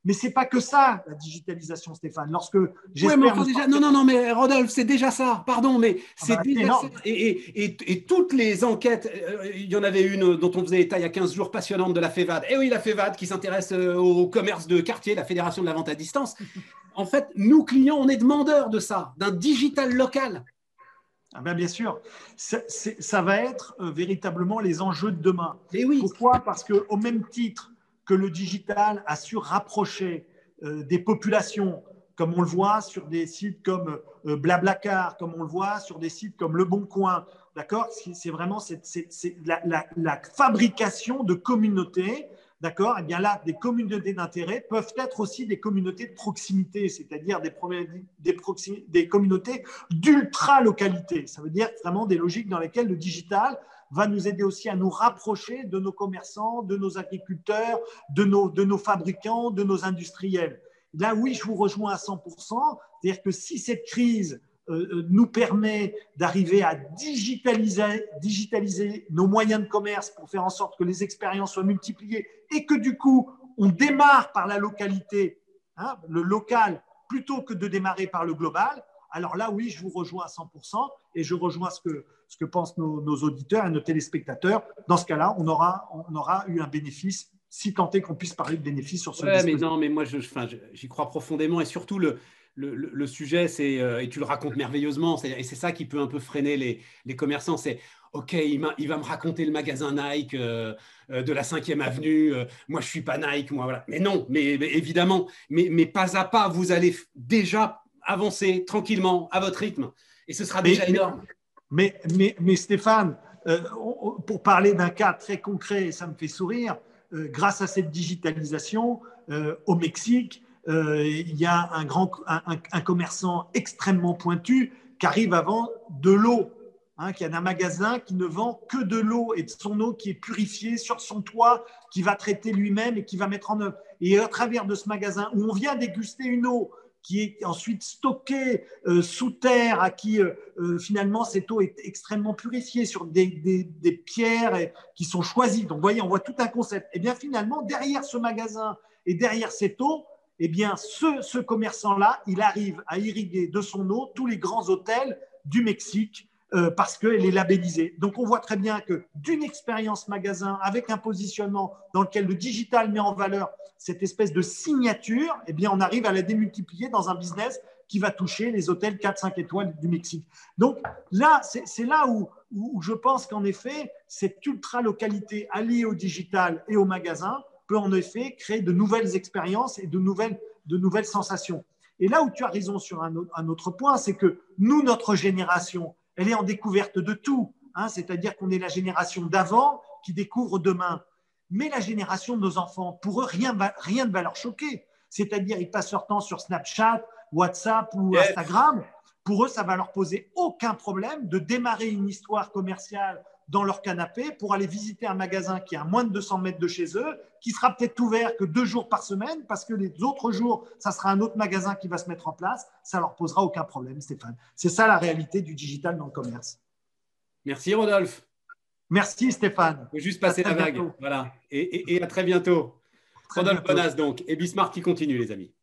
Mais ce n'est pas que ça, la digitalisation, Stéphane. Lorsque ouais, mais enfin, déjà, non, non, non, mais Rodolphe, c'est déjà ça. Pardon, mais c'est ah bah, déjà ça. Et, et, et, et toutes les enquêtes, euh, il y en avait une dont on faisait état il y a quinze jours, passionnante, de la FEVAD. Et oui, la FEVAD qui s'intéresse au commerce de quartier, la Fédération de la vente à distance. En fait, nous, clients, on est demandeurs de ça, d'un digital local. Ah ben bien sûr, ça, ça va être euh, véritablement les enjeux de demain. Et oui. Pourquoi? Parce qu'au même titre que le digital a su rapprocher euh, des populations, comme on le voit sur des sites comme euh, Blablacar, comme on le voit sur des sites comme Le Bon Coin, d'accord? C'est vraiment c'est, c'est, c'est la, la, la fabrication de communautés. D'accord? Eh bien là, des communautés d'intérêt peuvent être aussi des communautés de proximité, c'est-à-dire des, des, des communautés d'ultra-localité. Ça veut dire vraiment des logiques dans lesquelles le digital va nous aider aussi à nous rapprocher de nos commerçants, de nos agriculteurs, de nos, de nos fabricants, de nos industriels. Là, oui, je vous rejoins à cent pour cent. C'est-à-dire que si cette crise Euh, nous permet d'arriver à digitaliser, digitaliser nos moyens de commerce pour faire en sorte que les expériences soient multipliées et que du coup, on démarre par la localité, hein, le local, plutôt que de démarrer par le global, alors là, oui, je vous rejoins à cent pour cent et je rejoins ce que, ce que pensent nos, nos auditeurs et nos téléspectateurs. Dans ce cas-là, on aura, on aura eu un bénéfice, si tant est qu'on puisse parler de bénéfice sur ce ouais, dispositif. Mais non, mais moi, je, enfin, j'y crois profondément et surtout le… Le, le, le sujet, c'est, euh, et tu le racontes merveilleusement, et c'est ça qui peut un peu freiner les, les commerçants, c'est OK, il, il va me raconter le magasin Nike euh, euh, de la cinquième avenue, euh, moi je ne suis pas Nike, moi voilà. Mais non, mais, mais évidemment, mais, mais pas à pas, vous allez déjà avancer tranquillement à votre rythme, et ce sera déjà mais, énorme. Mais, mais, mais Stéphane, euh, on, pour parler d'un cas très concret, ça me fait sourire, euh, grâce à cette digitalisation, euh, au Mexique, Euh, il y a un, grand, un, un commerçant extrêmement pointu qui arrive à vendre de l'eau, hein, qui a un magasin qui ne vend que de l'eau et de son eau qui est purifiée sur son toit, qui va traiter lui-même et qui va mettre en œuvre. Et à travers de ce magasin où on vient déguster une eau qui est ensuite stockée euh, sous terre, à qui euh, finalement cette eau est extrêmement purifiée sur des, des, des pierres et, qui sont choisies. Donc, vous voyez, on voit tout un concept. Et bien finalement, derrière ce magasin et derrière cette eau, eh bien, ce, ce commerçant-là, il arrive à irriguer de son eau tous les grands hôtels du Mexique euh, parce qu'elle est labellisée. Donc, on voit très bien que d'une expérience magasin avec un positionnement dans lequel le digital met en valeur cette espèce de signature, eh bien, on arrive à la démultiplier dans un business qui va toucher les hôtels quatre cinq étoiles du Mexique. Donc, là, c'est là où, où je pense qu'en effet, cette ultra-localité alliée au digital et au magasin peut en effet créer de nouvelles expériences et de nouvelles, de nouvelles sensations. Et là où tu as raison sur un autre, un autre point, c'est que nous, notre génération, elle est en découverte de tout, hein, c'est-à-dire qu'on est la génération d'avant qui découvre demain. Mais la génération de nos enfants, pour eux, rien, rien ne va leur choquer. C'est-à-dire, ils passent leur temps sur Snapchat, WhatsApp ou yes. Instagram. Pour eux, ça va leur poser aucun problème de démarrer une histoire commerciale dans leur canapé pour aller visiter un magasin qui est à moins de deux cents mètres de chez eux, qui sera peut-être ouvert que deux jours par semaine, parce que les autres jours, ça sera un autre magasin qui va se mettre en place. Ça ne leur posera aucun problème, Stéphane. C'est ça la réalité du digital dans le commerce. Merci, Rodolphe. Merci, Stéphane. Il faut juste passer la vague. Voilà. Et, et, et à très bientôt. Très Rodolphe bientôt. Bonas, donc. Et Bismart qui continue, les amis.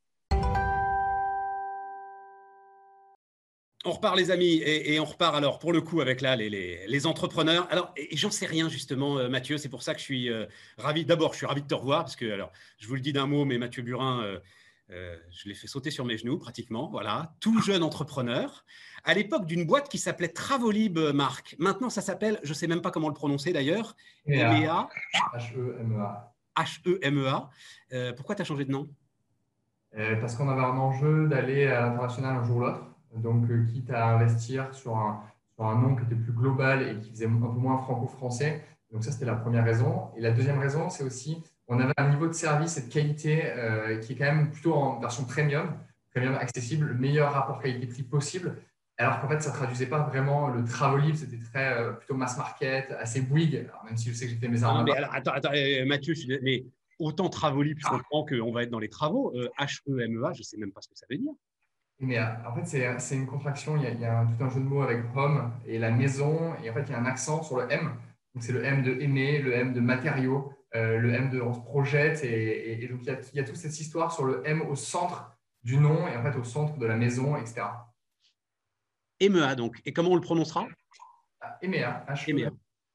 On repart les amis et, et on repart alors pour le coup avec là les, les, les entrepreneurs. Alors et, et j'en sais rien justement euh, Mathieu, c'est pour ça que je suis euh, ravi. D'abord je suis ravi de te revoir parce que alors je vous le dis d'un mot mais Mathieu Burin, euh, euh, je l'ai fait sauter sur mes genoux pratiquement. Voilà, tout jeune entrepreneur à l'époque d'une boîte qui s'appelait Travolib Marc. Maintenant ça s'appelle, je sais même pas comment le prononcer d'ailleurs. E M E A. H E M E A. H E M E A. Euh, pourquoi tu as changé de nom? euh, Parce qu'on avait un enjeu d'aller à l'international un jour ou l'autre. Donc, euh, quitte à investir sur un, sur un nom qui était plus global et qui faisait un peu moins franco-français. Donc, ça, c'était la première raison. Et la deuxième raison, c'est aussi qu'on avait un niveau de service et de qualité euh, qui est quand même plutôt en version premium, premium accessible, le meilleur rapport qualité-prix possible. Alors qu'en fait, ça ne traduisait pas vraiment le Travolib, c'était très euh, plutôt mass market, assez bouygues, même si je sais que j'étais mes armes. Non, mais alors, attends, attends, Mathieu, je suis, mais autant Travolib, je comprends qu'on va être dans les travaux. Euh, H E M E A, je ne sais même pas ce que ça veut dire. Mais en fait, c'est une contraction. Il y, a, il y a tout un jeu de mots avec home et la maison. Et en fait, il y a un accent sur le M. Donc, c'est le M de aimer, le M de matériaux. Euh, le M de on se projette. Et, et, et donc, il y, a, il y a toute cette histoire sur le M au centre du nom et en fait au centre de la maison, et cetera. E M E A donc. Et comment on le prononcera? Ah, E M E A. E M E A.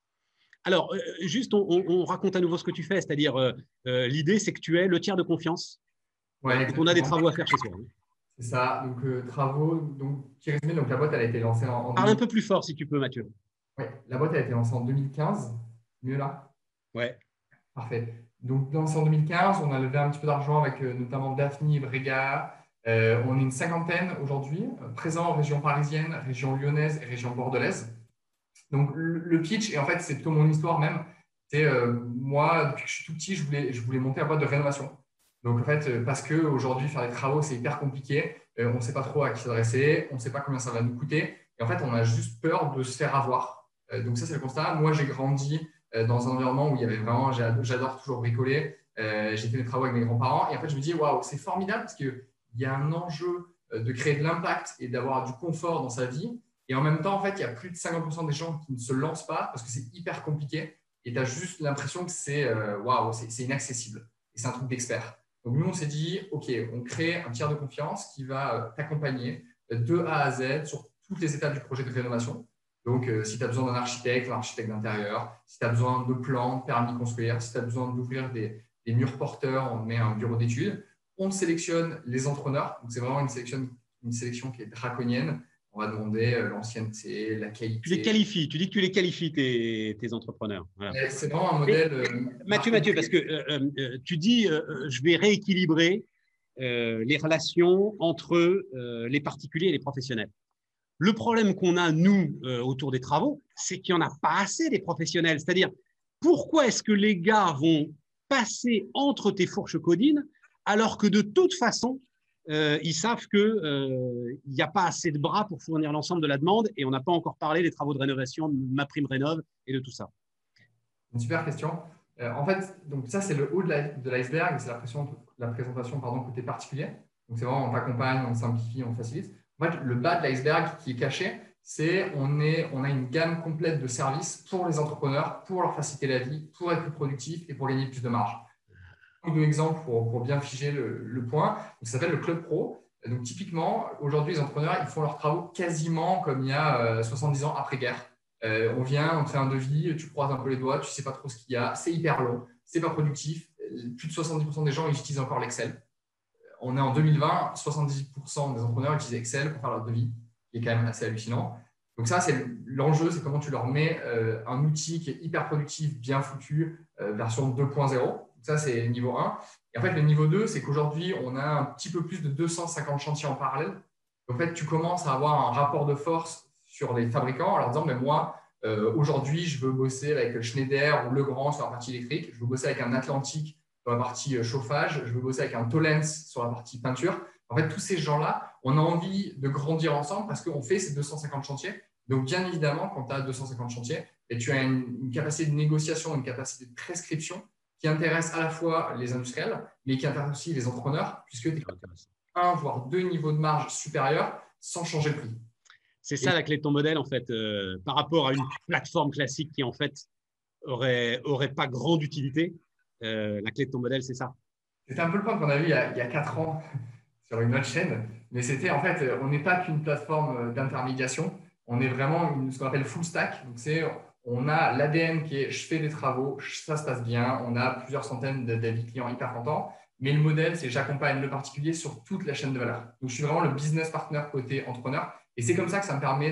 Alors, euh, juste, on, on, on raconte à nouveau ce que tu fais, c'est-à-dire euh, euh, l'idée, c'est que tu es le tiers de confiance. Ouais, donc, on a des travaux à faire chez soi. Hein. C'est ça. Donc, euh, travaux. Donc, qui résumé, donc la boîte, elle a été lancée en. en Parle un peu plus fort si tu peux, Mathieu. Oui, la boîte a été lancée en deux mille quinze. Mieux là? Ouais. Parfait. Donc, lancée en deux mille quinze, on a levé un petit peu d'argent avec euh, notamment Daphne, Brega. Euh, on est une cinquantaine aujourd'hui, euh, présents en région parisienne, région lyonnaise et région bordelaise. Donc, le, le pitch, et en fait, c'est plutôt mon histoire même. C'est euh, moi, depuis que je suis tout petit, je voulais, je voulais monter la boîte de rénovation. Donc, en fait, euh, parce qu'aujourd'hui, faire des travaux, c'est hyper compliqué. Euh, on ne sait pas trop à qui s'adresser, on ne sait pas combien ça va nous coûter. Et en fait, on a juste peur de se faire avoir. Euh, donc, ça, c'est le constat. Moi, j'ai grandi euh, dans un environnement où il y avait vraiment, j'adore toujours bricoler. Euh, j'ai fait des travaux avec mes grands-parents. Et en fait, je me dis, waouh, c'est formidable parce qu'il y a un enjeu de créer de l'impact et d'avoir du confort dans sa vie. Et en même temps, en fait, il y a plus de cinquante pour cent des gens qui ne se lancent pas parce que c'est hyper compliqué. Et tu as juste l'impression que c'est euh, waouh, c'est inaccessible. Et c'est un truc d'expert. Donc, nous, on s'est dit, OK, on crée un tiers de confiance qui va t'accompagner de A à Z sur toutes les étapes du projet de rénovation. Donc, euh, si tu as besoin d'un architecte, un architecte d'intérieur, si tu as besoin de plans, permis construire, si tu as besoin d'ouvrir des, des murs porteurs, on met un bureau d'études. On sélectionne les entrepreneurs. Donc, c'est vraiment une sélection, une sélection qui est draconienne. On va demander l'ancienneté, la qualité. Tu les qualifies, tu dis que tu les qualifies, tes, tes entrepreneurs. Voilà. C'est vraiment un modèle. Mais, euh, Mathieu, Mathieu, parce que euh, euh, tu dis, euh, je vais rééquilibrer euh, les relations entre euh, les particuliers et les professionnels. Le problème qu'on a, nous, euh, autour des travaux, c'est qu'il n'y en a pas assez des professionnels. C'est-à-dire, pourquoi est-ce que les gars vont passer entre tes fourches codines alors que de toute façon, Euh, ils savent qu'il n'y euh, a pas assez de bras pour fournir l'ensemble de la demande et on n'a pas encore parlé des travaux de rénovation de MaPrimeRénov' et de tout ça. Une super question. Euh, en fait, donc ça, c'est le haut de l'iceberg, c'est la, la présentation pardon, côté particulier. Donc, c'est vraiment, on t'accompagne, on simplifie, on facilite. En fait, le bas de l'iceberg qui est caché, c'est on, est, on a une gamme complète de services pour les entrepreneurs, pour leur faciliter la vie, pour être plus productifs et pour gagner plus de marge. Deux exemples pour, pour bien figer le, le point. Ça s'appelle le Club Pro. Donc, typiquement, aujourd'hui, les entrepreneurs, ils font leurs travaux quasiment comme il y a euh, soixante-dix ans après-guerre. Euh, on vient, on te fait un devis, tu croises un peu les doigts, tu ne sais pas trop ce qu'il y a, c'est hyper long, c'est pas productif. Plus de soixante-dix pour cent des gens ils utilisent encore l'Excel. On est en deux mille vingt, soixante-dix pour cent des entrepreneurs utilisent Excel pour faire leur devis, qui est quand même assez hallucinant. Donc, ça, c'est l'enjeu, c'est comment tu leur mets euh, un outil qui est hyper productif, bien foutu, euh, version deux point zéro. Ça, c'est le niveau un. Et en fait, le niveau deux, c'est qu'aujourd'hui, on a un petit peu plus de deux cent cinquante chantiers en parallèle. En fait, tu commences à avoir un rapport de force sur les fabricants en leur disant, mais moi, euh, aujourd'hui, je veux bosser avec Schneider ou Legrand sur la partie électrique. Je veux bosser avec un Atlantique sur la partie chauffage. Je veux bosser avec un Tollens sur la partie peinture. En fait, tous ces gens-là, on a envie de grandir ensemble parce qu'on fait ces deux cent cinquante chantiers. Donc, bien évidemment, quand tu as deux cent cinquante chantiers, et tu as une, une capacité de négociation, une capacité de prescription qui intéresse à la fois les industriels, mais qui intéresse aussi les entrepreneurs, puisque tu as un, voire deux niveaux de marge supérieurs sans changer le prix. C'est ça la clé de ton modèle, en fait, euh, par rapport à une plateforme classique qui, en fait, aurait, aurait pas grande utilité. Euh, la clé de ton modèle, c'est ça. C'était un peu le point qu'on a vu il y a, il y a quatre ans sur une autre chaîne, mais c'était en fait, on n'est pas qu'une plateforme d'intermédiation, on est vraiment une, ce qu'on appelle full stack. Donc, c'est on a l'A D N qui est je fais des travaux, ça se passe bien, on a plusieurs centaines d'avis clients hyper contents, mais le modèle, c'est j'accompagne le particulier sur toute la chaîne de valeur. Donc, je suis vraiment le business partner côté entrepreneur et c'est comme ça que ça me permet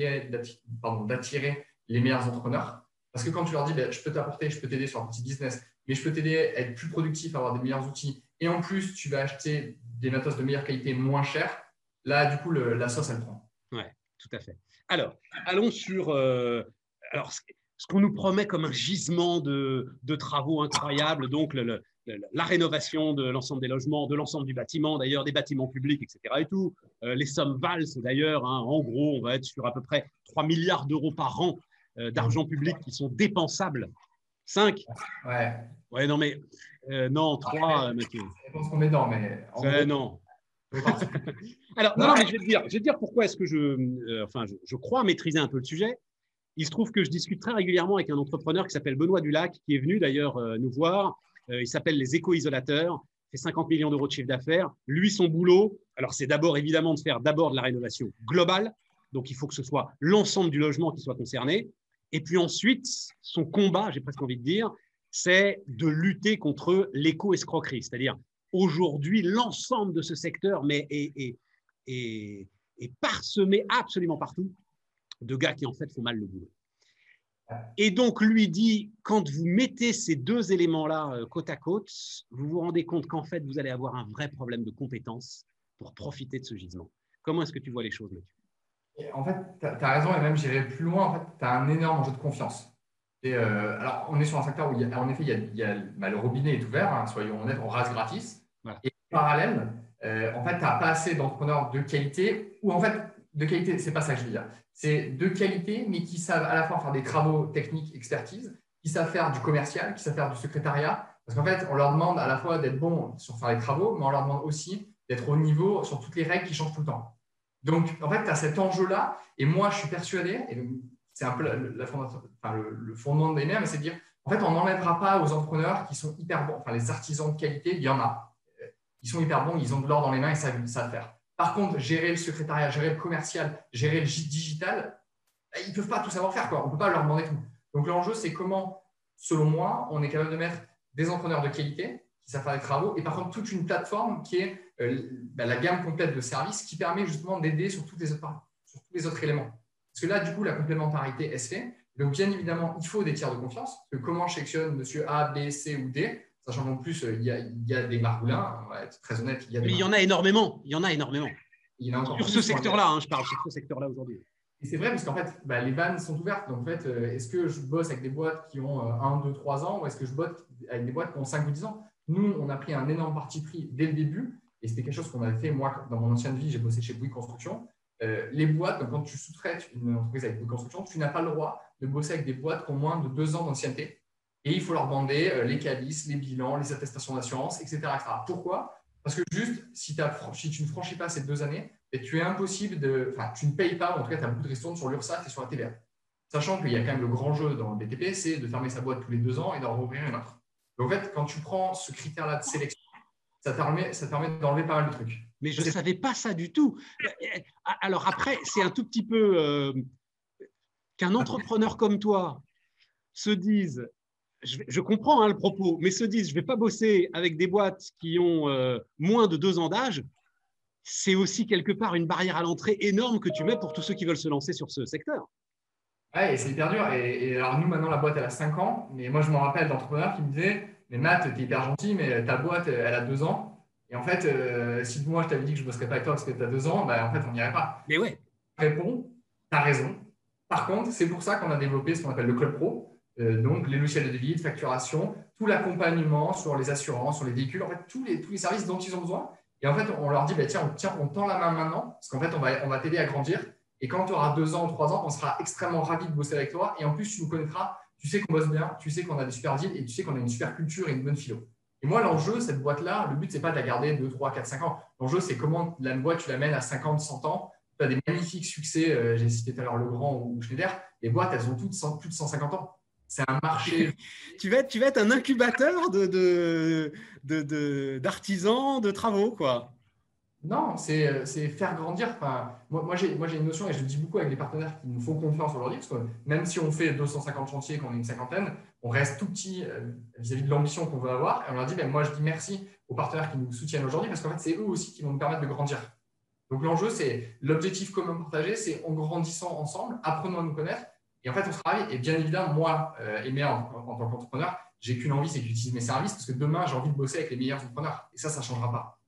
d'attirer les meilleurs entrepreneurs. Parce que quand tu leur dis, ben, je peux t'apporter, je peux t'aider sur un petit business, mais je peux t'aider à être plus productif, à avoir des meilleurs outils et en plus, tu vas acheter des matos de meilleure qualité moins cher, là, du coup, le, la sauce, elle prend. Oui, tout à fait. Alors, allons sur… Euh... Alors, ce qu'on nous promet comme un gisement de, de travaux incroyables, donc le, le, la rénovation de l'ensemble des logements, de l'ensemble du bâtiment, d'ailleurs des bâtiments publics, et cetera. Et tout. Euh, les sommes valsent d'ailleurs. Hein, en gros, on va être sur à peu près trois milliards d'euros par an euh, d'argent public qui sont dépensables. cinq Ouais. Ouais, non, mais euh, non, trois, Mathieu. Je pense qu'on met dedans, mais. En euh, gros, non. Alors, non, non, mais je vais te dire, je vais te dire pourquoi est-ce que je, euh, enfin, je, je crois maîtriser un peu le sujet. Il se trouve que je discute très régulièrement avec un entrepreneur qui s'appelle Benoît Dulac, qui est venu d'ailleurs euh, nous voir. Euh, il s'appelle les éco-isolateurs, fait cinquante millions d'euros de chiffre d'affaires. Lui, son boulot, alors c'est d'abord évidemment de faire d'abord de la rénovation globale. Donc, il faut que ce soit l'ensemble du logement qui soit concerné. Et puis ensuite, son combat, j'ai presque envie de dire, c'est de lutter contre l'éco-escroquerie. C'est-à-dire, aujourd'hui, l'ensemble de ce secteur mais est, est, est, est parsemé absolument partout de gars qui, en fait, font mal le boulot. Et donc, lui dit, quand vous mettez ces deux éléments-là euh, côte à côte, vous vous rendez compte qu'en fait, vous allez avoir un vrai problème de compétence pour profiter de ce gisement. Comment est-ce que tu vois les choses, Mathieu? Et en fait, tu as raison, et même j'irai plus loin, en fait, tu as un énorme enjeu de confiance. Et, euh, alors, on est sur un secteur où, il y a, en effet, il y a, il y a, bah, le robinet est ouvert, hein, soyons honnêtes, on rase gratis. Voilà. Et en parallèle, euh, en fait, tu n'as pas assez d'entrepreneurs de qualité, ou en fait, de qualité, ce n'est pas ça que je veux dire. C'est de qualité, mais qui savent à la fois faire des travaux techniques, expertise, qui savent faire du commercial, qui savent faire du secrétariat. Parce qu'en fait, on leur demande à la fois d'être bon sur faire les travaux, mais on leur demande aussi d'être au niveau sur toutes les règles qui changent tout le temps. Donc, en fait, tu as cet enjeu-là. Et moi, je suis persuadé, et c'est un peu la, la enfin, le, le fondement de l'E N E M, c'est de dire, en fait, on n'enlèvera pas aux entrepreneurs qui sont hyper bons, enfin, les artisans de qualité, il y en a. Ils sont hyper bons, ils ont de l'or dans les mains et ça savent faire. Par contre, gérer le secrétariat, gérer le commercial, gérer le digital, ils ne peuvent pas tout savoir faire, quoi. On ne peut pas leur demander tout. Donc, l'enjeu, c'est comment, selon moi, on est capable de mettre des entrepreneurs de qualité qui savent faire des travaux et par contre, toute une plateforme qui est euh, bah, la gamme complète de services qui permet justement d'aider sur, toutes les autres, sur tous les autres éléments. Parce que là, du coup, la complémentarité, elle se fait. Donc, bien évidemment, il faut des tiers de confiance. Que comment je sélectionne monsieur A, B, C ou D, sachant qu'en plus, il y, a, il y a des margoulins, on va être très honnête. Il y a des Mais il y en a énormément. Il y en a énormément. Il y en a encore sur ce secteur-là, hein, je parle sur ce secteur-là aujourd'hui. Et c'est vrai parce qu'en fait, bah, les vannes sont ouvertes. Donc, en fait, euh, est-ce que je bosse avec des boîtes qui ont euh, un, deux, trois ans ou est-ce que je bosse avec des boîtes qui ont cinq ou dix ans? Nous, on a pris un énorme parti pris dès le début et c'était quelque chose qu'on avait fait. Moi, dans mon ancienne vie, j'ai bossé chez Bouygues Construction. Euh, les boîtes, donc quand tu sous-traites une entreprise avec Bouygues Construction, tu n'as pas le droit de bosser avec des boîtes qui ont moins de deux ans d'ancienneté. Et il faut leur demander euh, les calices, les bilans, les attestations d'assurance, et cetera, et cetera. Pourquoi? Parce que juste, si, si tu ne franchis pas ces deux années, et tu es impossible de… Enfin, tu ne payes pas, en tout cas, tu as beaucoup de ristournes sur l'URSSAF et sur la T V A. Sachant qu'il y a quand même le grand jeu dans le B T P, c'est de fermer sa boîte tous les deux ans et d'en rouvrir une autre. Donc, en fait, quand tu prends ce critère-là de sélection, ça te permet, ça te permet d'enlever pas mal de trucs. Mais je ne savais pas ça du tout. Alors après, c'est un tout petit peu euh, qu'un entrepreneur comme toi se dise… Je, je comprends hein, le propos, mais se disent, je ne vais pas bosser avec des boîtes qui ont euh, moins de deux ans d'âge, c'est aussi quelque part une barrière à l'entrée énorme que tu mets pour tous ceux qui veulent se lancer sur ce secteur. Ouais, et c'est hyper dur. Et, et alors nous, maintenant, la boîte, elle a cinq ans, mais moi, je me rappelle d'entrepreneurs qui me disaient, mais Matt, tu es hyper gentil, mais ta boîte, elle a deux ans. Et en fait, euh, si moi, je t'avais dit que je ne bosserais pas avec toi parce que tu as deux ans, bah, en fait, on n'irait pas. Mais ouais. Je réponds, tu as raison. Par contre, c'est pour ça qu'on a développé ce qu'on appelle le Club Pro. Euh, donc, les logiciels de devis, de facturation, tout l'accompagnement sur les assurances, sur les véhicules, en fait, tous les, tous les services dont ils ont besoin. Et en fait, on leur dit, bah, tiens, on, tiens, on tend la main maintenant, parce qu'en fait, on va, on va t'aider à grandir. Et quand tu auras deux ans ou trois ans, on sera extrêmement ravis de bosser avec toi. Et en plus, tu nous connaîtras, tu sais qu'on bosse bien, tu sais qu'on a des super deals et tu sais qu'on a une super culture et une bonne philo. Et moi, l'enjeu, cette boîte-là, le but, ce n'est pas de la garder deux, trois, quatre, cinq ans. L'enjeu, c'est comment la boîte, tu l'amènes à cinquante, cent ans. Tu as des magnifiques succès. Euh, j'ai cité tout à l'heure Legrand ou Schneider. Les boîtes, elles ont toutes cent, plus de cent cinquante ans. C'est un marché. tu, vas être, tu vas être un incubateur de, de, de, de, d'artisans, de travaux, quoi. Non, c'est, c'est faire grandir. Enfin, moi, moi, j'ai, moi, j'ai une notion et je le dis beaucoup avec les partenaires qui nous font confiance aujourd'hui, parce que même si on fait deux cent cinquante chantiers, qu'on est une cinquantaine, on reste tout petit vis-à-vis de l'ambition qu'on veut avoir. Et on leur dit, ben, moi, je dis merci aux partenaires qui nous soutiennent aujourd'hui, parce qu'en fait, c'est eux aussi qui vont nous permettre de grandir. Donc, l'enjeu, c'est l'objectif commun partagé, c'est en grandissant ensemble, apprenons à nous connaître. Et en fait, on se ravis. Et bien évidemment, moi, euh, Aimé, en, en, en tant qu'entrepreneur, j'ai qu'une envie, c'est que j'utilise mes services, parce que demain, j'ai envie de bosser avec les meilleurs entrepreneurs. Et ça, ça ne changera pas.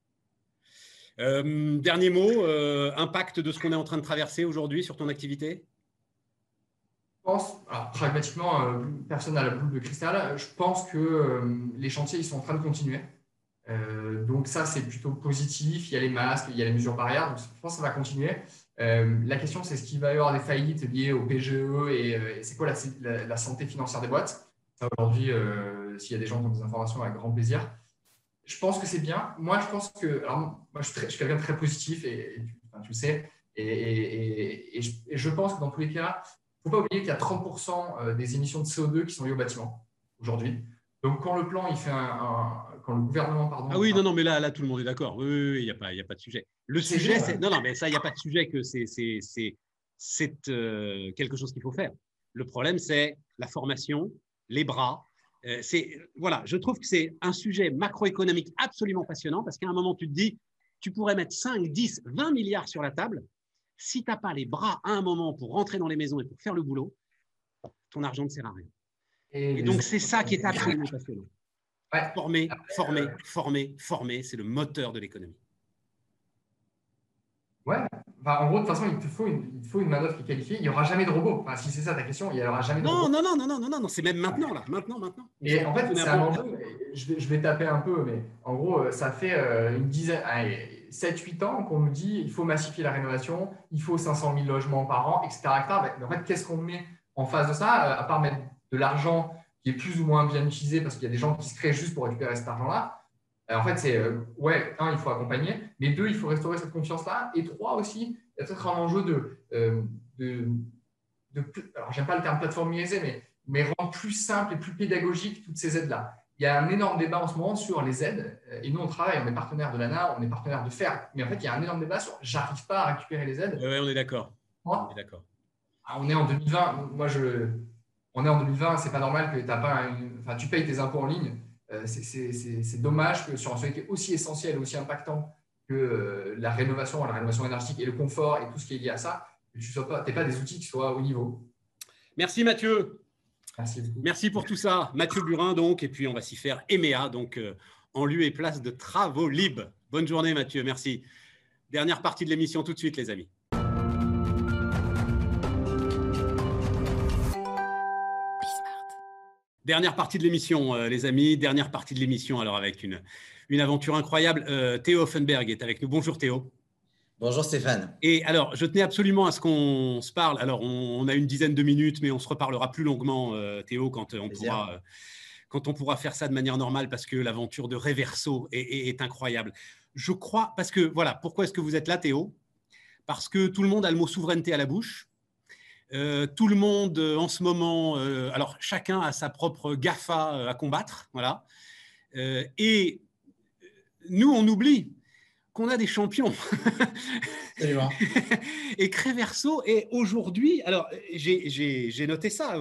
Euh, dernier mot, euh, impact de ce qu'on est en train de traverser aujourd'hui sur ton activité? Je pense, alors, pragmatiquement, euh, personne n'a la boule de cristal. Je pense que euh, les chantiers, ils sont en train de continuer. Euh, donc ça, c'est plutôt positif. Il y a les masques, il y a les mesures barrières. Donc je pense que ça va continuer. Euh, la question, c'est est-ce qu'il va y avoir des faillites liées au P G E et, euh, et c'est quoi la, la, la santé financière des boîtes? Ça, aujourd'hui, euh, s'il y a des gens qui ont des informations, avec grand plaisir. Je pense que c'est bien. Moi, je pense que… Alors, moi, je suis, très, je suis quelqu'un de très positif, et, et enfin, tu le sais. Et, et, et, et, je, et je pense que dans tous les cas, faut pas oublier qu'il y a trente pour cent des émissions de C O deux qui sont liées au bâtiment aujourd'hui. Donc, quand le plan, il fait un, un quand le gouvernement, pardon. Ah oui, non, non, mais là, là, tout le monde est d'accord. Oui, oui, oui, il n'y a pas, il y a pas de sujet. Le sujet, c'est, non, non, mais ça, il n'y a pas de sujet que c'est, c'est, c'est, c'est euh, quelque chose qu'il faut faire. Le problème, c'est la formation, les bras. Euh, c'est, voilà, je trouve que c'est un sujet macroéconomique absolument passionnant parce qu'à un moment, tu te dis, tu pourrais mettre cinq, dix, vingt milliards sur la table. Si tu n'as pas les bras à un moment pour rentrer dans les maisons et pour faire le boulot, ton argent ne sert à rien. Et, et donc, c'est ça qui est absolument passionnant. Ouais. Former, former, former, former, c'est le moteur de l'économie. Ouais, enfin, en gros, de toute façon, il te faut une, il te faut une main-d'œuvre qui est qualifiée. Il n'y aura jamais de robot. Enfin, si c'est ça ta question, il n'y aura jamais de non, robot. Non, non, non, non, non, non, non, c'est même maintenant, là. Maintenant, maintenant. Et en fait, c'est un enjeu. Je vais, je vais taper un peu, mais en gros, ça fait une dizaine, sept huit ans qu'on nous dit il faut massifier la rénovation, il faut cinq cent mille logements par an, et cetera et cetera. Mais en fait, qu'est-ce qu'on met en face de ça, à part mettre de l'argent qui est plus ou moins bien utilisé parce qu'il y a des gens qui se créent juste pour récupérer cet argent-là. En fait, c'est, euh, ouais, un, il faut accompagner, mais deux, il faut restaurer cette confiance-là. Et trois aussi, il y a peut-être un enjeu de, euh, de, de alors, j'aime pas le terme plateformisé, mais, mais rendre plus simple et plus pédagogique toutes ces aides-là. Il y a un énorme débat en ce moment sur les aides. Et nous, on travaille, on est partenaire de l'A N A, on est partenaire de F E R. Mais en fait, il y a un énorme débat sur j'arrive pas à récupérer les aides. Oui, on est d'accord. Moi, on est d'accord. On est en deux mille vingt. Moi, je, on est en deux mille vingt. C'est pas normal que t'as pas une, enfin, tu payes tes impôts en ligne. C'est dommage que sur un sujet qui est aussi essentiel, aussi impactant que la rénovation, la rénovation énergétique et le confort et tout ce qui est lié à ça, que tu n'aies pas, pas des outils qui soient au niveau. Merci Mathieu. Merci beaucoup. Merci pour tout ça. Mathieu Burin, donc, et puis on va s'y faire E M E A, donc euh, en lieu et place de Travaux Lib. Bonne journée Mathieu, merci. Dernière partie de l'émission tout de suite les amis. Dernière partie de l'émission, euh, les amis. Dernière partie de l'émission, alors avec une, une aventure incroyable. Euh, Théo Offenberg est avec nous. Bonjour Théo. Bonjour Stéphane. Et alors, je tenais absolument à ce qu'on se parle. Alors, on, on a une dizaine de minutes, mais on se reparlera plus longuement, euh, Théo, quand on, pourra, euh, quand on pourra faire ça de manière normale, parce que l'aventure de Reverso est, est, est incroyable. Je crois, parce que, voilà, pourquoi est-ce que vous êtes là, Théo? Parce que tout le monde a le mot souveraineté à la bouche. Euh, tout le monde euh, en ce moment, euh, alors chacun a sa propre GAFA euh, à combattre, voilà. Euh, et nous, on oublie qu'on a des champions. Et Reverso est aujourd'hui, alors j'ai noté ça,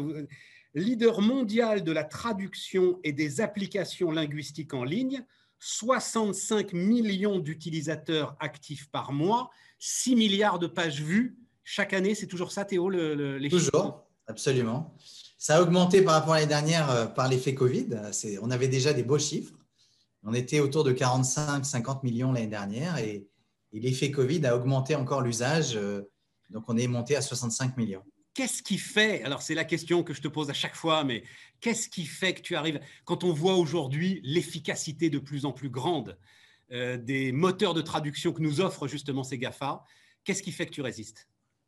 leader mondial de la traduction et des applications linguistiques en ligne, soixante-cinq millions d'utilisateurs actifs par mois, six milliards de pages vues. Chaque année, c'est toujours ça, Théo, le, le, les Toujours, chiffres. Absolument. Ça a augmenté par rapport à l'année dernière euh, par l'effet Covid. On avait déjà des beaux chiffres. On était autour de quarante-cinq à cinquante millions l'année dernière et, et l'effet Covid a augmenté encore l'usage. Euh, donc, on est monté à soixante-cinq millions. Qu'est-ce qui fait, alors c'est la question que je te pose à chaque fois, mais qu'est-ce qui fait que tu arrives, quand on voit aujourd'hui l'efficacité de plus en plus grande euh, des moteurs de traduction que nous offrent justement ces GAFA, qu'est-ce qui fait que tu résistes ?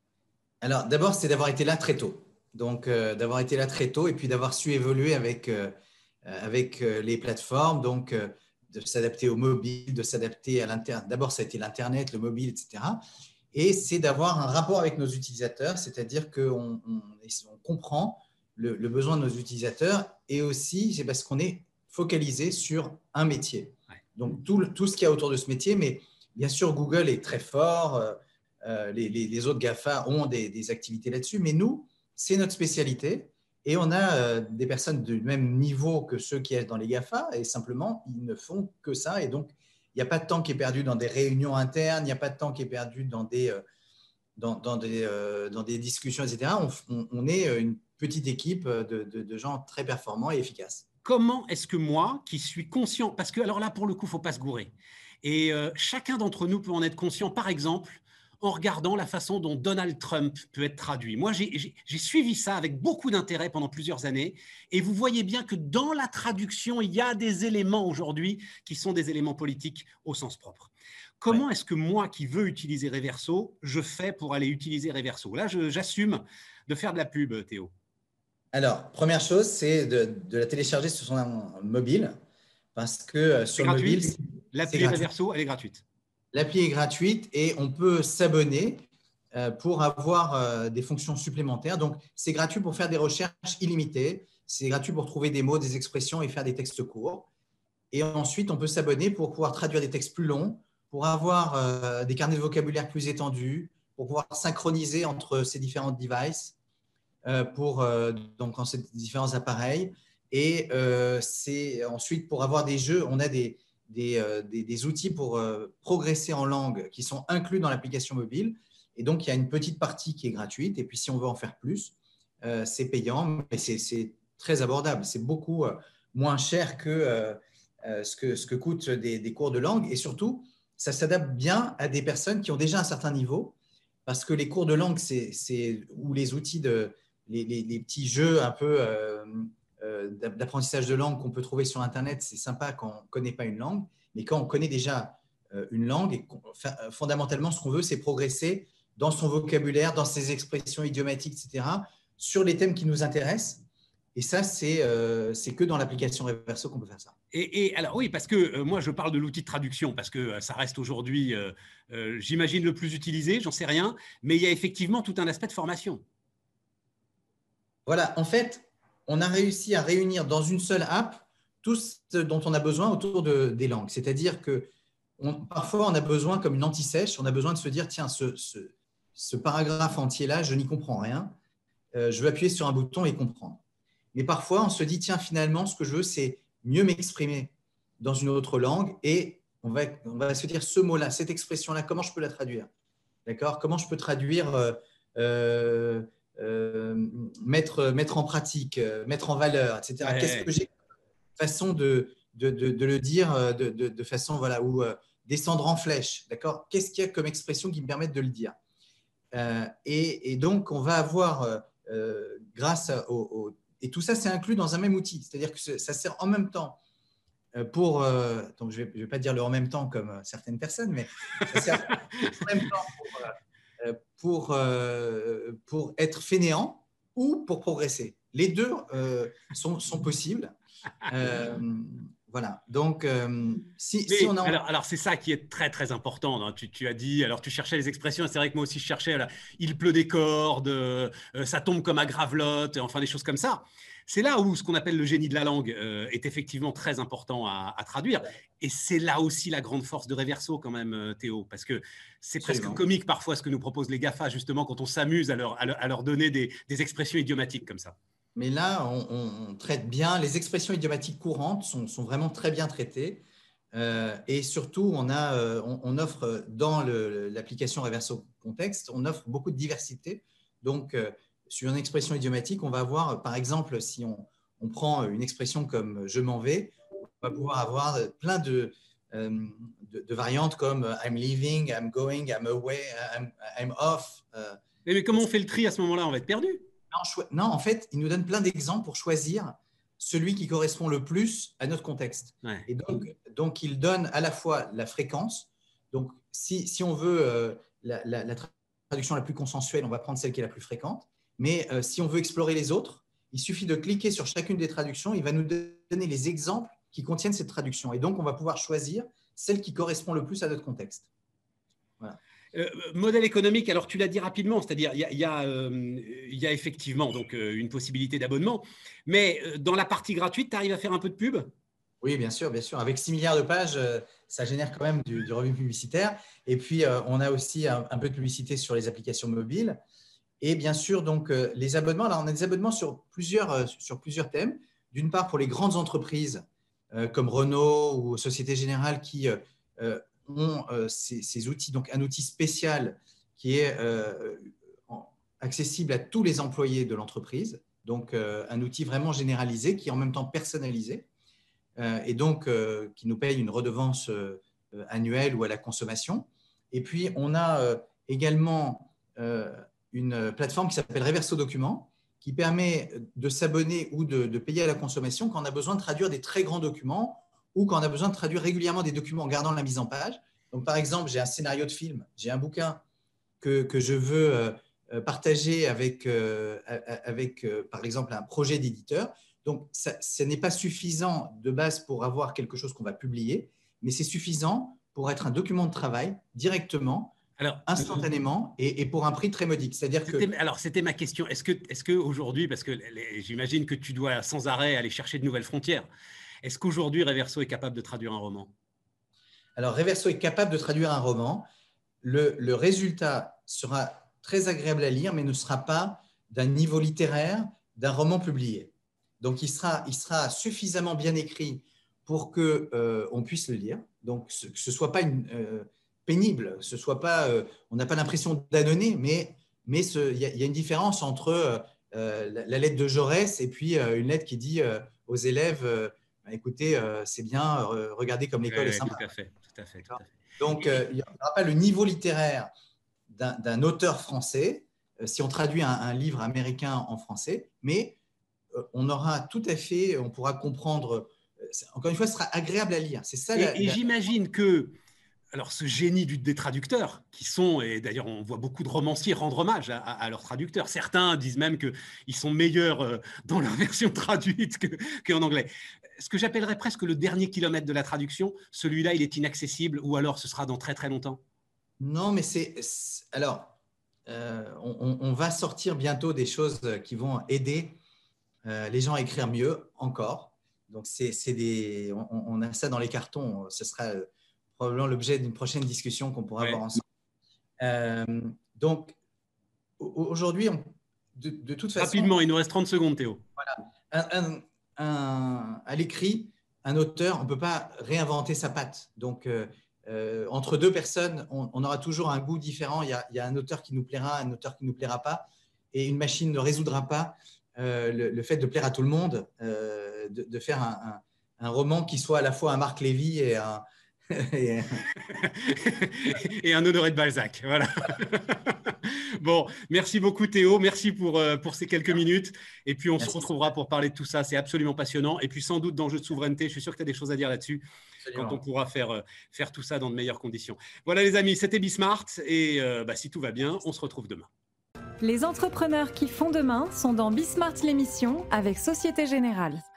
Alors, d'abord, c'est d'avoir été là très tôt. Donc, euh, d'avoir été là très tôt et puis d'avoir su évoluer avec, euh, avec euh, les plateformes, donc euh, de s'adapter au mobile, de s'adapter à l'Internet. D'abord, ça a été l'Internet, le mobile, et cetera. Et c'est d'avoir un rapport avec nos utilisateurs, c'est-à-dire qu'on on, on comprend le, le besoin de nos utilisateurs et aussi, c'est parce qu'on est focalisé sur un métier. Donc, tout, tout ce qu'il y a autour de ce métier, mais bien sûr, Google est très fort. Euh, Euh, les, les, les autres GAFA ont des, des activités là-dessus, mais nous, c'est notre spécialité et on a euh, des personnes du même niveau que ceux qui sont dans les GAFA et simplement, ils ne font que ça et donc, il n'y a pas de temps qui est perdu dans des réunions internes, il n'y a pas de temps qui est perdu dans des, euh, dans, dans des, euh, dans des discussions, et cetera. On, on, on est une petite équipe de, de, de gens très performants et efficaces. Comment est-ce que moi, qui suis conscient, parce que alors là, pour le coup, il ne faut pas se gourer, et euh, chacun d'entre nous peut en être conscient, par exemple, en regardant la façon dont Donald Trump peut être traduit. Moi, j'ai suivi ça avec beaucoup d'intérêt pendant plusieurs années et vous voyez bien que dans la traduction, il y a des éléments aujourd'hui qui sont des éléments politiques au sens propre. Comment ouais. est-ce que moi, qui veux utiliser Reverso, je fais pour aller utiliser Reverso? Là, j'assume de faire de la pub, Théo. Alors, première chose, c'est de, de la télécharger sur son mobile parce que sur le mobile… L'appli Reverso, elle est gratuite. L'appli est gratuite et on peut s'abonner euh, pour avoir euh, des fonctions supplémentaires. Donc, c'est gratuit pour faire des recherches illimitées. C'est gratuit pour trouver des mots, des expressions et faire des textes courts. Et ensuite, on peut s'abonner pour pouvoir traduire des textes plus longs, pour avoir euh, des carnets de vocabulaire plus étendus, pour pouvoir synchroniser entre ces différents devices, euh, pour, euh, donc, dans ces différents appareils. Et euh, c'est ensuite pour avoir des jeux, on a des, des, euh, des, des outils pour euh, progresser en langue qui sont inclus dans l'application mobile. Et donc, il y a une petite partie qui est gratuite. Et puis, si on veut en faire plus, euh, c'est payant, mais c'est très abordable. C'est beaucoup euh, moins cher que, euh, euh, ce que ce que coûtent des, des cours de langue. Et surtout, ça s'adapte bien à des personnes qui ont déjà un certain niveau, parce que les cours de langue, c'est ou les outils, de, les, les, les petits jeux un peu euh, euh, d'apprentissage de langue qu'on peut trouver sur Internet, c'est sympa quand on ne connaît pas une langue, mais quand on connaît déjà euh, une langue, et fondamentalement, ce qu'on veut, c'est progresser dans son vocabulaire, dans ses expressions idiomatiques, et cetera, sur les thèmes qui nous intéressent. Et ça, c'est euh, que dans l'application Reverso qu'on peut faire ça. Et, et alors oui, parce que euh, moi, je parle de l'outil de traduction, parce que euh, ça reste aujourd'hui, euh, euh, j'imagine, le plus utilisé, j'en sais rien, mais il y a effectivement tout un aspect de formation. Voilà, en fait, on a réussi à réunir dans une seule app tout ce dont on a besoin autour de, des langues. C'est-à-dire que on, parfois, on a besoin, comme une anti-sèche, on a besoin de se dire, tiens, ce, ce, ce paragraphe entier-là, je n'y comprends rien, euh, je vais appuyer sur un bouton et comprendre. Mais parfois, on se dit, tiens, finalement, ce que je veux, c'est mieux m'exprimer dans une autre langue et on va, on va se dire ce mot-là, cette expression-là, comment je peux la traduire? D'accord? Comment je peux traduire, euh, euh, euh, mettre, mettre en pratique, euh, mettre en valeur, et cetera. Ouais. Qu'est-ce que j'ai façon de, de, de, de le dire de, de, de façon, voilà, ou euh, descendre en flèche, d'accord? Qu'est-ce qu'il y a comme expression qui me permette de le dire? euh, et, et donc, on va avoir, euh, grâce au, au et tout ça, c'est inclus dans un même outil. C'est-à-dire que ça sert en même temps pour… Euh, donc, je ne vais, vais pas dire le en même temps comme certaines personnes, mais ça sert en même temps pour, euh, pour, euh, pour être fainéant ou pour progresser. Les deux euh, sont, sont possibles. Euh, voilà. Donc, euh, si, Mais, si on a… Alors, alors c'est ça qui est très, très important. Hein. Tu, tu as dit… Alors, tu cherchais les expressions. C'est vrai que moi aussi, je cherchais… Là, il pleut des cordes, euh, ça tombe comme à Gravelotte, enfin, des choses comme ça. C'est là où ce qu'on appelle le génie de la langue euh, est effectivement très important à, à traduire. Et c'est là aussi la grande force de Reverso quand même, Théo, parce que c'est presque comique parfois ce que nous proposent les GAFA, justement, quand on s'amuse à leur, à, leur, à leur donner des, des expressions idiomatiques comme ça. Mais là, on, on, on traite bien. Les expressions idiomatiques courantes sont, sont vraiment très bien traitées. Euh, et surtout, on, a, euh, on, on offre dans l'application Reverso Context, on offre beaucoup de diversité. Donc, euh, sur une expression idiomatique, on va avoir, par exemple, si on, on prend une expression comme « je m'en vais », on va pouvoir avoir plein de, euh, de, de variantes comme « I'm leaving »,« I'm going »,« I'm away »,« I'm, I'm off ». Mais, mais comment on fait le tri à ce moment-là? On va être perdu. Non, non, en fait, il nous donne plein d'exemples pour choisir celui qui correspond le plus à notre contexte. Ouais. Et donc, donc, il donne à la fois la fréquence. Donc, si, si on veut euh, la, la, la traduction la plus consensuelle, on va prendre celle qui est la plus fréquente. Mais euh, si on veut explorer les autres, il suffit de cliquer sur chacune des traductions. Il va nous donner les exemples qui contiennent cette traduction. Et donc, on va pouvoir choisir celle qui correspond le plus à notre contexte. Voilà. Euh, modèle économique, alors tu l'as dit rapidement, c'est-à-dire il y a, il y a, euh, il y a effectivement donc, euh, une possibilité d'abonnement, mais euh, dans la partie gratuite, tu arrives à faire un peu de pub? Oui, bien sûr, bien sûr. Avec six milliards de pages, euh, ça génère quand même du, du revenu publicitaire. Et puis, euh, on a aussi un, un peu de publicité sur les applications mobiles. Et bien sûr, donc, euh, les abonnements. Alors, on a des abonnements sur plusieurs, euh, sur plusieurs thèmes. D'une part, pour les grandes entreprises euh, comme Renault ou Société Générale qui euh, euh, ont euh, ces, ces outils, donc un outil spécial qui est euh, en, accessible à tous les employés de l'entreprise, donc euh, un outil vraiment généralisé qui est en même temps personnalisé euh, et donc euh, qui nous paye une redevance euh, annuelle ou à la consommation. Et puis, on a euh, également euh, une plateforme qui s'appelle Reverso Documents qui permet de s'abonner ou de, de payer à la consommation quand on a besoin de traduire des très grands documents ou quand on a besoin de traduire régulièrement des documents en gardant la mise en page. Donc, par exemple, j'ai un scénario de film, j'ai un bouquin que, que je veux euh, partager avec, euh, avec euh, par exemple, un projet d'éditeur. Donc, ça, ce n'est pas suffisant de base pour avoir quelque chose qu'on va publier, mais c'est suffisant pour être un document de travail directement Alors, instantanément et, et pour un prix très modique. C'est-à-dire que… Alors, c'était ma question. Est-ce que, est-ce qu'aujourd'hui, parce que les, j'imagine que tu dois sans arrêt aller chercher de nouvelles frontières, est-ce qu'aujourd'hui, Reverso est capable de traduire un roman? Alors, Reverso est capable de traduire un roman. Le, le résultat sera très agréable à lire, mais ne sera pas d'un niveau littéraire d'un roman publié. Donc, il sera, il sera suffisamment bien écrit pour qu'on euh, puisse le lire. Donc, ce, que ce ne soit pas une, euh, pénible, ce soit pas, euh, on n'a pas l'impression d'annoncer, mais mais il y, y a une différence entre euh, la, la lettre de Jaurès et puis euh, une lettre qui dit euh, aux élèves euh, écoutez, euh, c'est bien, euh, regardez comme l'école ouais, est sympa. Tout à fait, tout à fait. Tout à fait. Donc, euh, il n'y aura pas le niveau littéraire d'un, d'un auteur français euh, si on traduit un, un livre américain en français, mais euh, on aura tout à fait, on pourra comprendre. Euh, encore une fois, ce sera agréable à lire. C'est ça. Et, la, et la... j'imagine que, alors, ce génie du, des traducteurs, qui sont, et d'ailleurs, on voit beaucoup de romanciers rendre hommage à, à, à leurs traducteurs. Certains disent même qu'ils sont meilleurs euh, dans leur version traduite que, qu'en anglais. Ce que j'appellerais presque le dernier kilomètre de la traduction, celui-là, il est inaccessible, ou alors ce sera dans très très longtemps? Non, mais c'est… Alors, euh, on, on va sortir bientôt des choses qui vont aider euh, les gens à écrire mieux encore. Donc, c'est, c'est des, on, on a ça dans les cartons. Ce sera probablement l'objet d'une prochaine discussion qu'on pourra ouais. avoir ensemble. Euh, donc, aujourd'hui, on, de, de toute façon… Rapidement, il nous reste trente secondes, Théo. Voilà. Un, un, un, à l'écrit, un auteur, on ne peut pas réinventer sa patte. Donc, euh, euh, entre deux personnes, on, on aura toujours un goût différent. Il y, a, il y a un auteur qui nous plaira, un auteur qui ne nous plaira pas. Et une machine ne résoudra pas euh, le, le fait de plaire à tout le monde, euh, de, de faire un, un, un roman qui soit à la fois un Marc Lévy et un… et, et un Honoré de Balzac. Voilà. Bon, merci beaucoup Théo, merci pour, euh, pour ces quelques minutes. Et puis on merci. se retrouvera pour parler de tout ça, c'est absolument passionnant. Et puis sans doute dans le jeu de souveraineté, je suis sûr que tu as des choses à dire là-dessus, absolument. Quand on pourra faire, euh, faire tout ça dans de meilleures conditions. Voilà les amis, c'était Bismart et euh, bah, si tout va bien, on se retrouve demain. Les entrepreneurs qui font demain sont dans Bismart l'émission avec Société Générale.